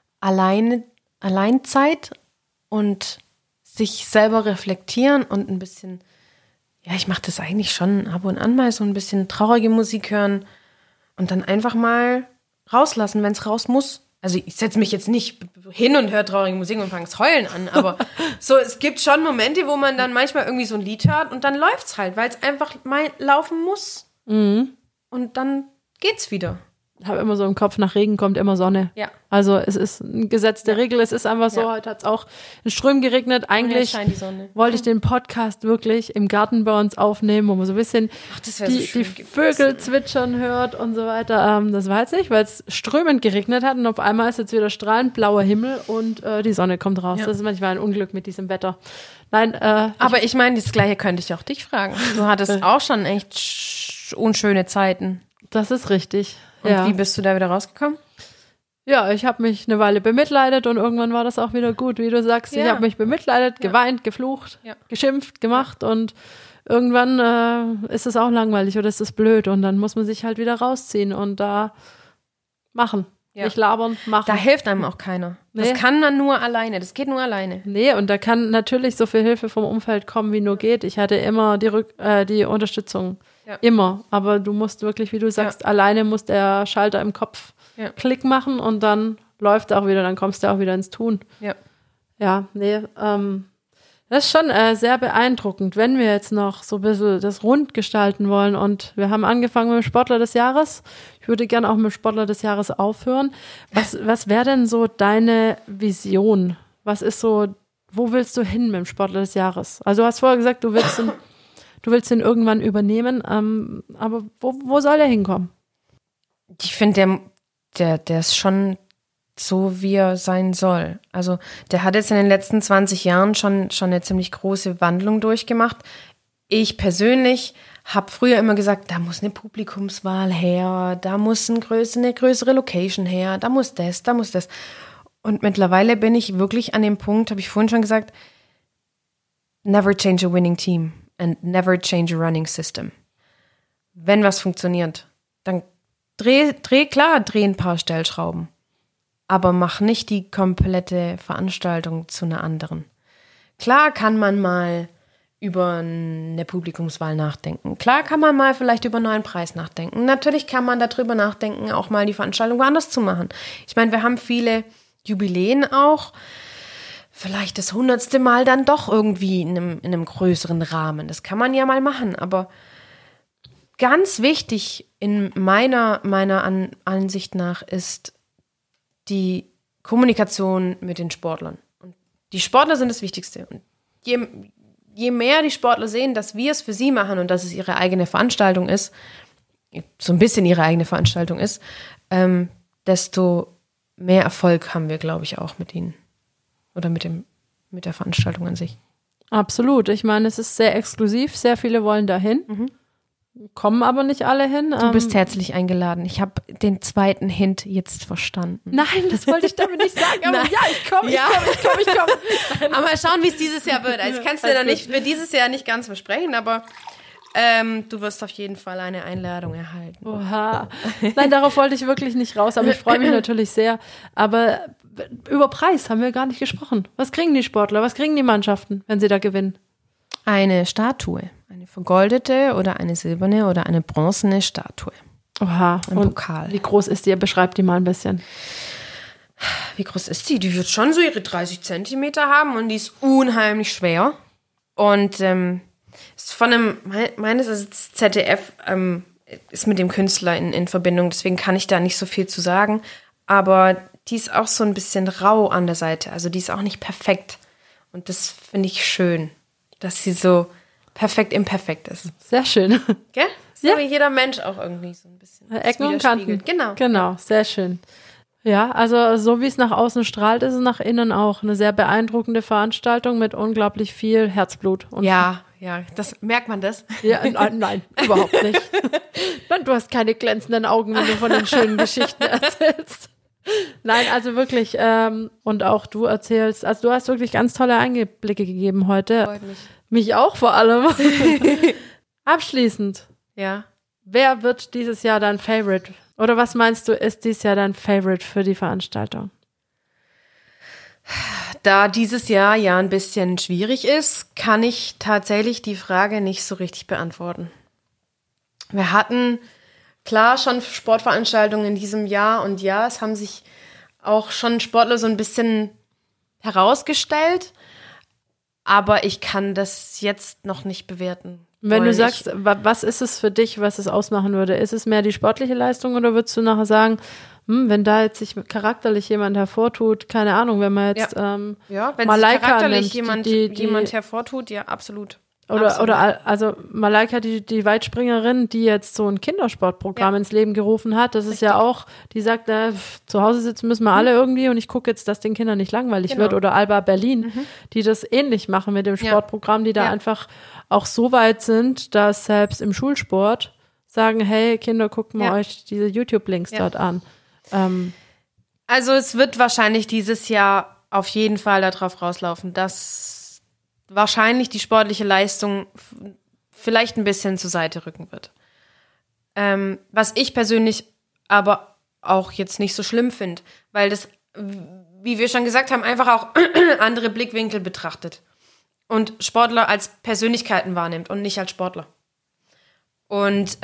Alleinzeit und sich selber reflektieren und ein bisschen, ja, ich mache das eigentlich schon ab und an mal, so ein bisschen traurige Musik hören und dann einfach mal rauslassen, wenn es raus muss. Also ich setze mich jetzt nicht hin und höre traurige Musik und fange das Heulen an, aber so, es gibt schon Momente, wo man dann manchmal irgendwie so ein Lied hört und dann läuft's halt, weil es einfach mal laufen muss. Mhm. Und dann geht's wieder. Ich habe immer so im Kopf, nach Regen kommt immer Sonne. Ja. Also es ist ein Gesetz der Regel, es ist einfach so, Ja. heute hat es auch in Strömen geregnet. Eigentlich scheint die Sonne. wollte ich den Podcast wirklich im Garten bei uns aufnehmen, wo man so ein bisschen Das wäre so die schön Vögel zwitschern hört und so weiter. Das war jetzt nicht, weil es strömend geregnet hat und auf einmal ist jetzt wieder strahlend blauer Himmel und die Sonne kommt raus. Ja. Das ist manchmal ein Unglück mit diesem Wetter. Nein, Aber ich meine, das Gleiche könnte ich auch dich fragen. Du hattest auch schon echt unschöne Zeiten. das ist richtig. Und ja. wie bist du da wieder rausgekommen? Ja, ich habe mich eine Weile bemitleidet und irgendwann war das auch wieder gut, wie du sagst. Ja. Ich habe mich bemitleidet, geweint, geflucht, Ja. geschimpft, gemacht und irgendwann ist es auch langweilig oder ist es blöd und dann muss man sich halt wieder rausziehen und da machen. Ja. Nicht labern, machen. Da hilft einem auch keiner. Das Nee. kann man nur alleine. Das geht nur alleine. Nee, und da kann natürlich so viel Hilfe vom Umfeld kommen, wie nur geht. Ich hatte immer die Unterstützung. Ja. Immer. Aber du musst wirklich, wie du sagst, alleine muss der Schalter im Kopf Ja. Klick machen und dann läuft auch wieder, dann kommst du auch wieder ins Tun. Ja. Ja, nee, das ist schon sehr beeindruckend, wenn wir jetzt noch so ein bisschen das rund gestalten wollen und wir haben angefangen mit dem Sportler des Jahres. Ich würde gerne auch mit dem Sportler des Jahres aufhören. Was wäre denn so deine Vision? Was ist so, wo willst du hin mit dem Sportler des Jahres? Also du hast vorher gesagt, du willst ihn irgendwann übernehmen, aber wo soll der hinkommen? Ich finde, der ist schon so, wie er sein soll. Also der hat jetzt in den letzten 20 Jahren schon eine ziemlich große Wandlung durchgemacht. Ich persönlich habe früher immer gesagt, da muss eine Publikumswahl her, da muss eine größere Location her, da muss das. Und mittlerweile bin ich wirklich an dem Punkt, habe ich vorhin schon gesagt, never change a winning team and never change a running system. Wenn was funktioniert, dann dreh ein paar Stellschrauben. Aber mach nicht die komplette Veranstaltung zu einer anderen. Klar kann man mal über eine Publikumswahl nachdenken. Klar kann man mal vielleicht über einen neuen Preis nachdenken. Natürlich kann man darüber nachdenken, auch mal die Veranstaltung woanders zu machen. Ich meine, wir haben viele Jubiläen auch. Vielleicht das 100. Mal dann doch irgendwie in einem größeren Rahmen. Das kann man ja mal machen. Aber ganz wichtig in meiner Ansicht nach ist die Kommunikation mit den Sportlern. Und die Sportler sind das Wichtigste. Und je mehr die Sportler sehen, dass wir es für sie machen und dass es ihre eigene Veranstaltung ist, so ein bisschen ihre eigene Veranstaltung ist, desto mehr Erfolg haben wir, glaube ich, auch mit ihnen. Oder mit der Veranstaltung an sich. Absolut. Ich meine, es ist sehr exklusiv. Sehr viele wollen dahin. kommen aber nicht alle hin. Du bist herzlich eingeladen. Ich habe den zweiten Hint jetzt verstanden. Nein, das wollte ich damit nicht sagen. Aber Nein. ja, ich komme. Aber mal schauen, wie es dieses Jahr wird. Also ich kann es dir dann nicht für dieses Jahr nicht ganz versprechen, aber du wirst auf jeden Fall eine Einladung erhalten. Oha. Nein, darauf wollte ich wirklich nicht raus, aber ich freue mich natürlich sehr. Aber über Preis haben wir gar nicht gesprochen. Was kriegen die Sportler, was kriegen die Mannschaften, wenn sie da gewinnen? Eine Statue. Eine vergoldete oder eine silberne oder eine bronzene Statue. Oha. Ein Pokal. Wie groß ist die? Beschreibt die mal ein bisschen. Wie groß ist die? Die wird schon so ihre 30 Zentimeter haben und die ist unheimlich schwer. Und ist von einem, meines Erachtens ZDF, ist mit dem Künstler in Verbindung, deswegen kann ich da nicht so viel zu sagen. Aber die ist auch so ein bisschen rau an der Seite. Also die ist auch nicht perfekt. Und das finde ich schön, dass sie so perfekt imperfekt ist. Sehr schön. Gell? So Ja. wie jeder Mensch auch irgendwie so ein bisschen. Ecken und Kanten. Genau. Genau, sehr schön. Ja, also so wie es nach außen strahlt, ist es nach innen auch eine sehr beeindruckende Veranstaltung mit unglaublich viel Herzblut. Und Ja, das merkt man das. Ja, nein, überhaupt nicht. Nein, du hast keine glänzenden Augen, wenn du von den schönen Geschichten erzählst. Nein, also wirklich, und auch du erzählst, also du hast wirklich ganz tolle Einblicke gegeben heute. Freut mich. Mich auch vor allem. Abschließend, Ja. wer wird dieses Jahr dein Favorite? Oder was meinst du, ist dieses Jahr dein Favorite für die Veranstaltung? Da dieses Jahr ja ein bisschen schwierig ist, kann ich tatsächlich die Frage nicht so richtig beantworten. Wir hatten klar schon Sportveranstaltungen in diesem Jahr und ja, es haben sich auch schon Sportler so ein bisschen herausgestellt, aber ich kann das jetzt noch nicht bewerten. Wenn du wollen. sagst, was ist es für dich, was es ausmachen würde? Ist es mehr die sportliche Leistung oder würdest du nachher sagen, wenn da jetzt sich charakterlich jemand hervortut, keine Ahnung, wenn man jetzt wenn sich Malaika charakterlich nimmt, jemand hervortut, ja, absolut. Oder also Malaika, die Weitspringerin, die jetzt so ein Kindersportprogramm ins Leben gerufen hat, das ist ja auch, die sagt, zu Hause sitzen müssen wir alle irgendwie und ich gucke jetzt, dass den Kindern nicht langweilig wird. Oder Alba Berlin, die das ähnlich machen mit dem Sportprogramm, die da einfach auch so weit sind, dass selbst im Schulsport sagen, hey Kinder, guckt mal euch diese YouTube-Links dort an. Also es wird wahrscheinlich dieses Jahr auf jeden Fall darauf rauslaufen, dass wahrscheinlich die sportliche Leistung vielleicht ein bisschen zur Seite rücken wird. Was ich persönlich aber auch jetzt nicht so schlimm finde, weil das, wie wir schon gesagt haben, einfach auch andere Blickwinkel betrachtet und Sportler als Persönlichkeiten wahrnimmt und nicht als Sportler. Und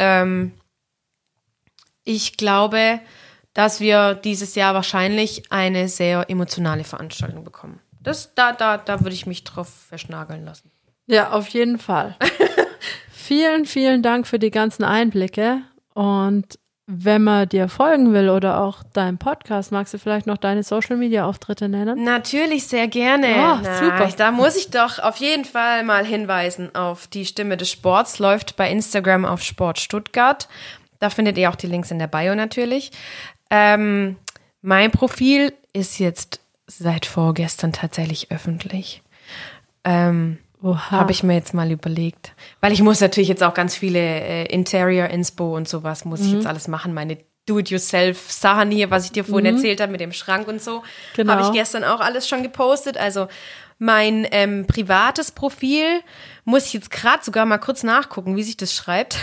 ich glaube, dass wir dieses Jahr wahrscheinlich eine sehr emotionale Veranstaltung bekommen. Da würde ich mich drauf verschnageln lassen. Ja, auf jeden Fall. Vielen, vielen Dank für die ganzen Einblicke. Und wenn man dir folgen will oder auch deinem Podcast, magst du vielleicht noch deine Social-Media-Auftritte nennen? Natürlich, sehr gerne. Super. Da muss ich doch auf jeden Fall mal hinweisen auf die Stimme des Sports. Läuft bei Instagram auf Sport Stuttgart. Da findet ihr auch die Links in der Bio natürlich. Mein Profil ist jetzt seit vorgestern tatsächlich öffentlich. Habe ich mir jetzt mal überlegt. Weil ich muss natürlich jetzt auch ganz viele Interior-Inspo und sowas muss ich jetzt alles machen. Meine Do-it-yourself-Sachen hier, was ich dir vorhin erzählt habe mit dem Schrank und so, Genau. habe ich gestern auch alles schon gepostet. Also mein privates Profil muss ich jetzt gerade sogar mal kurz nachgucken, wie sich das schreibt.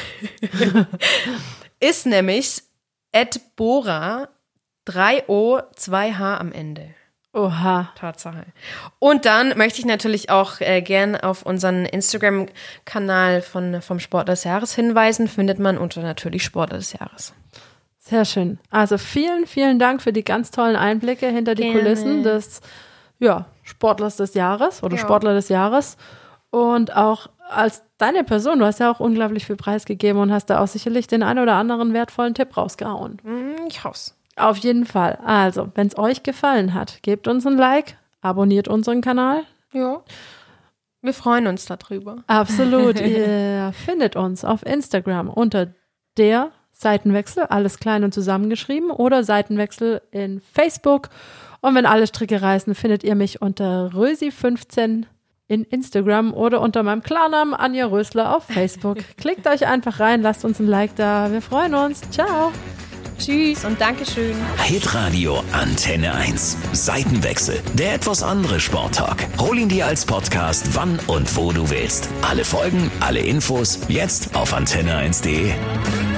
Ist nämlich @bora 3O 2H am Ende. Oha. Tatsache. Und dann möchte ich natürlich auch gern auf unseren Instagram-Kanal vom Sportler des Jahres hinweisen. Findet man unter natürlich Sportler des Jahres. Sehr schön. Also vielen, vielen Dank für die ganz tollen Einblicke hinter die Kulissen des Sportlers des Jahres oder Sportler des Jahres. Und auch als deine Person, du hast ja auch unglaublich viel preisgegeben und hast da auch sicherlich den ein oder anderen wertvollen Tipp rausgehauen. Ich hoffe. Auf jeden Fall. Also, wenn es euch gefallen hat, gebt uns ein Like, abonniert unseren Kanal. Ja. Wir freuen uns darüber. Absolut. Ihr findet uns auf Instagram unter der Seitenwechsel, alles klein und zusammengeschrieben, oder Seitenwechsel in Facebook. Und wenn alle Stricke reißen, findet ihr mich unter Rösi15 in Instagram oder unter meinem Klarnamen Anja Rösler auf Facebook. Klickt euch einfach rein, lasst uns ein Like da. Wir freuen uns. Ciao. Tschüss und Dankeschön. Hitradio Antenne 1. Seitenwechsel. Der etwas andere Sporttalk. Hol ihn dir als Podcast, wann und wo du willst. Alle Folgen, alle Infos, jetzt auf antenne1.de.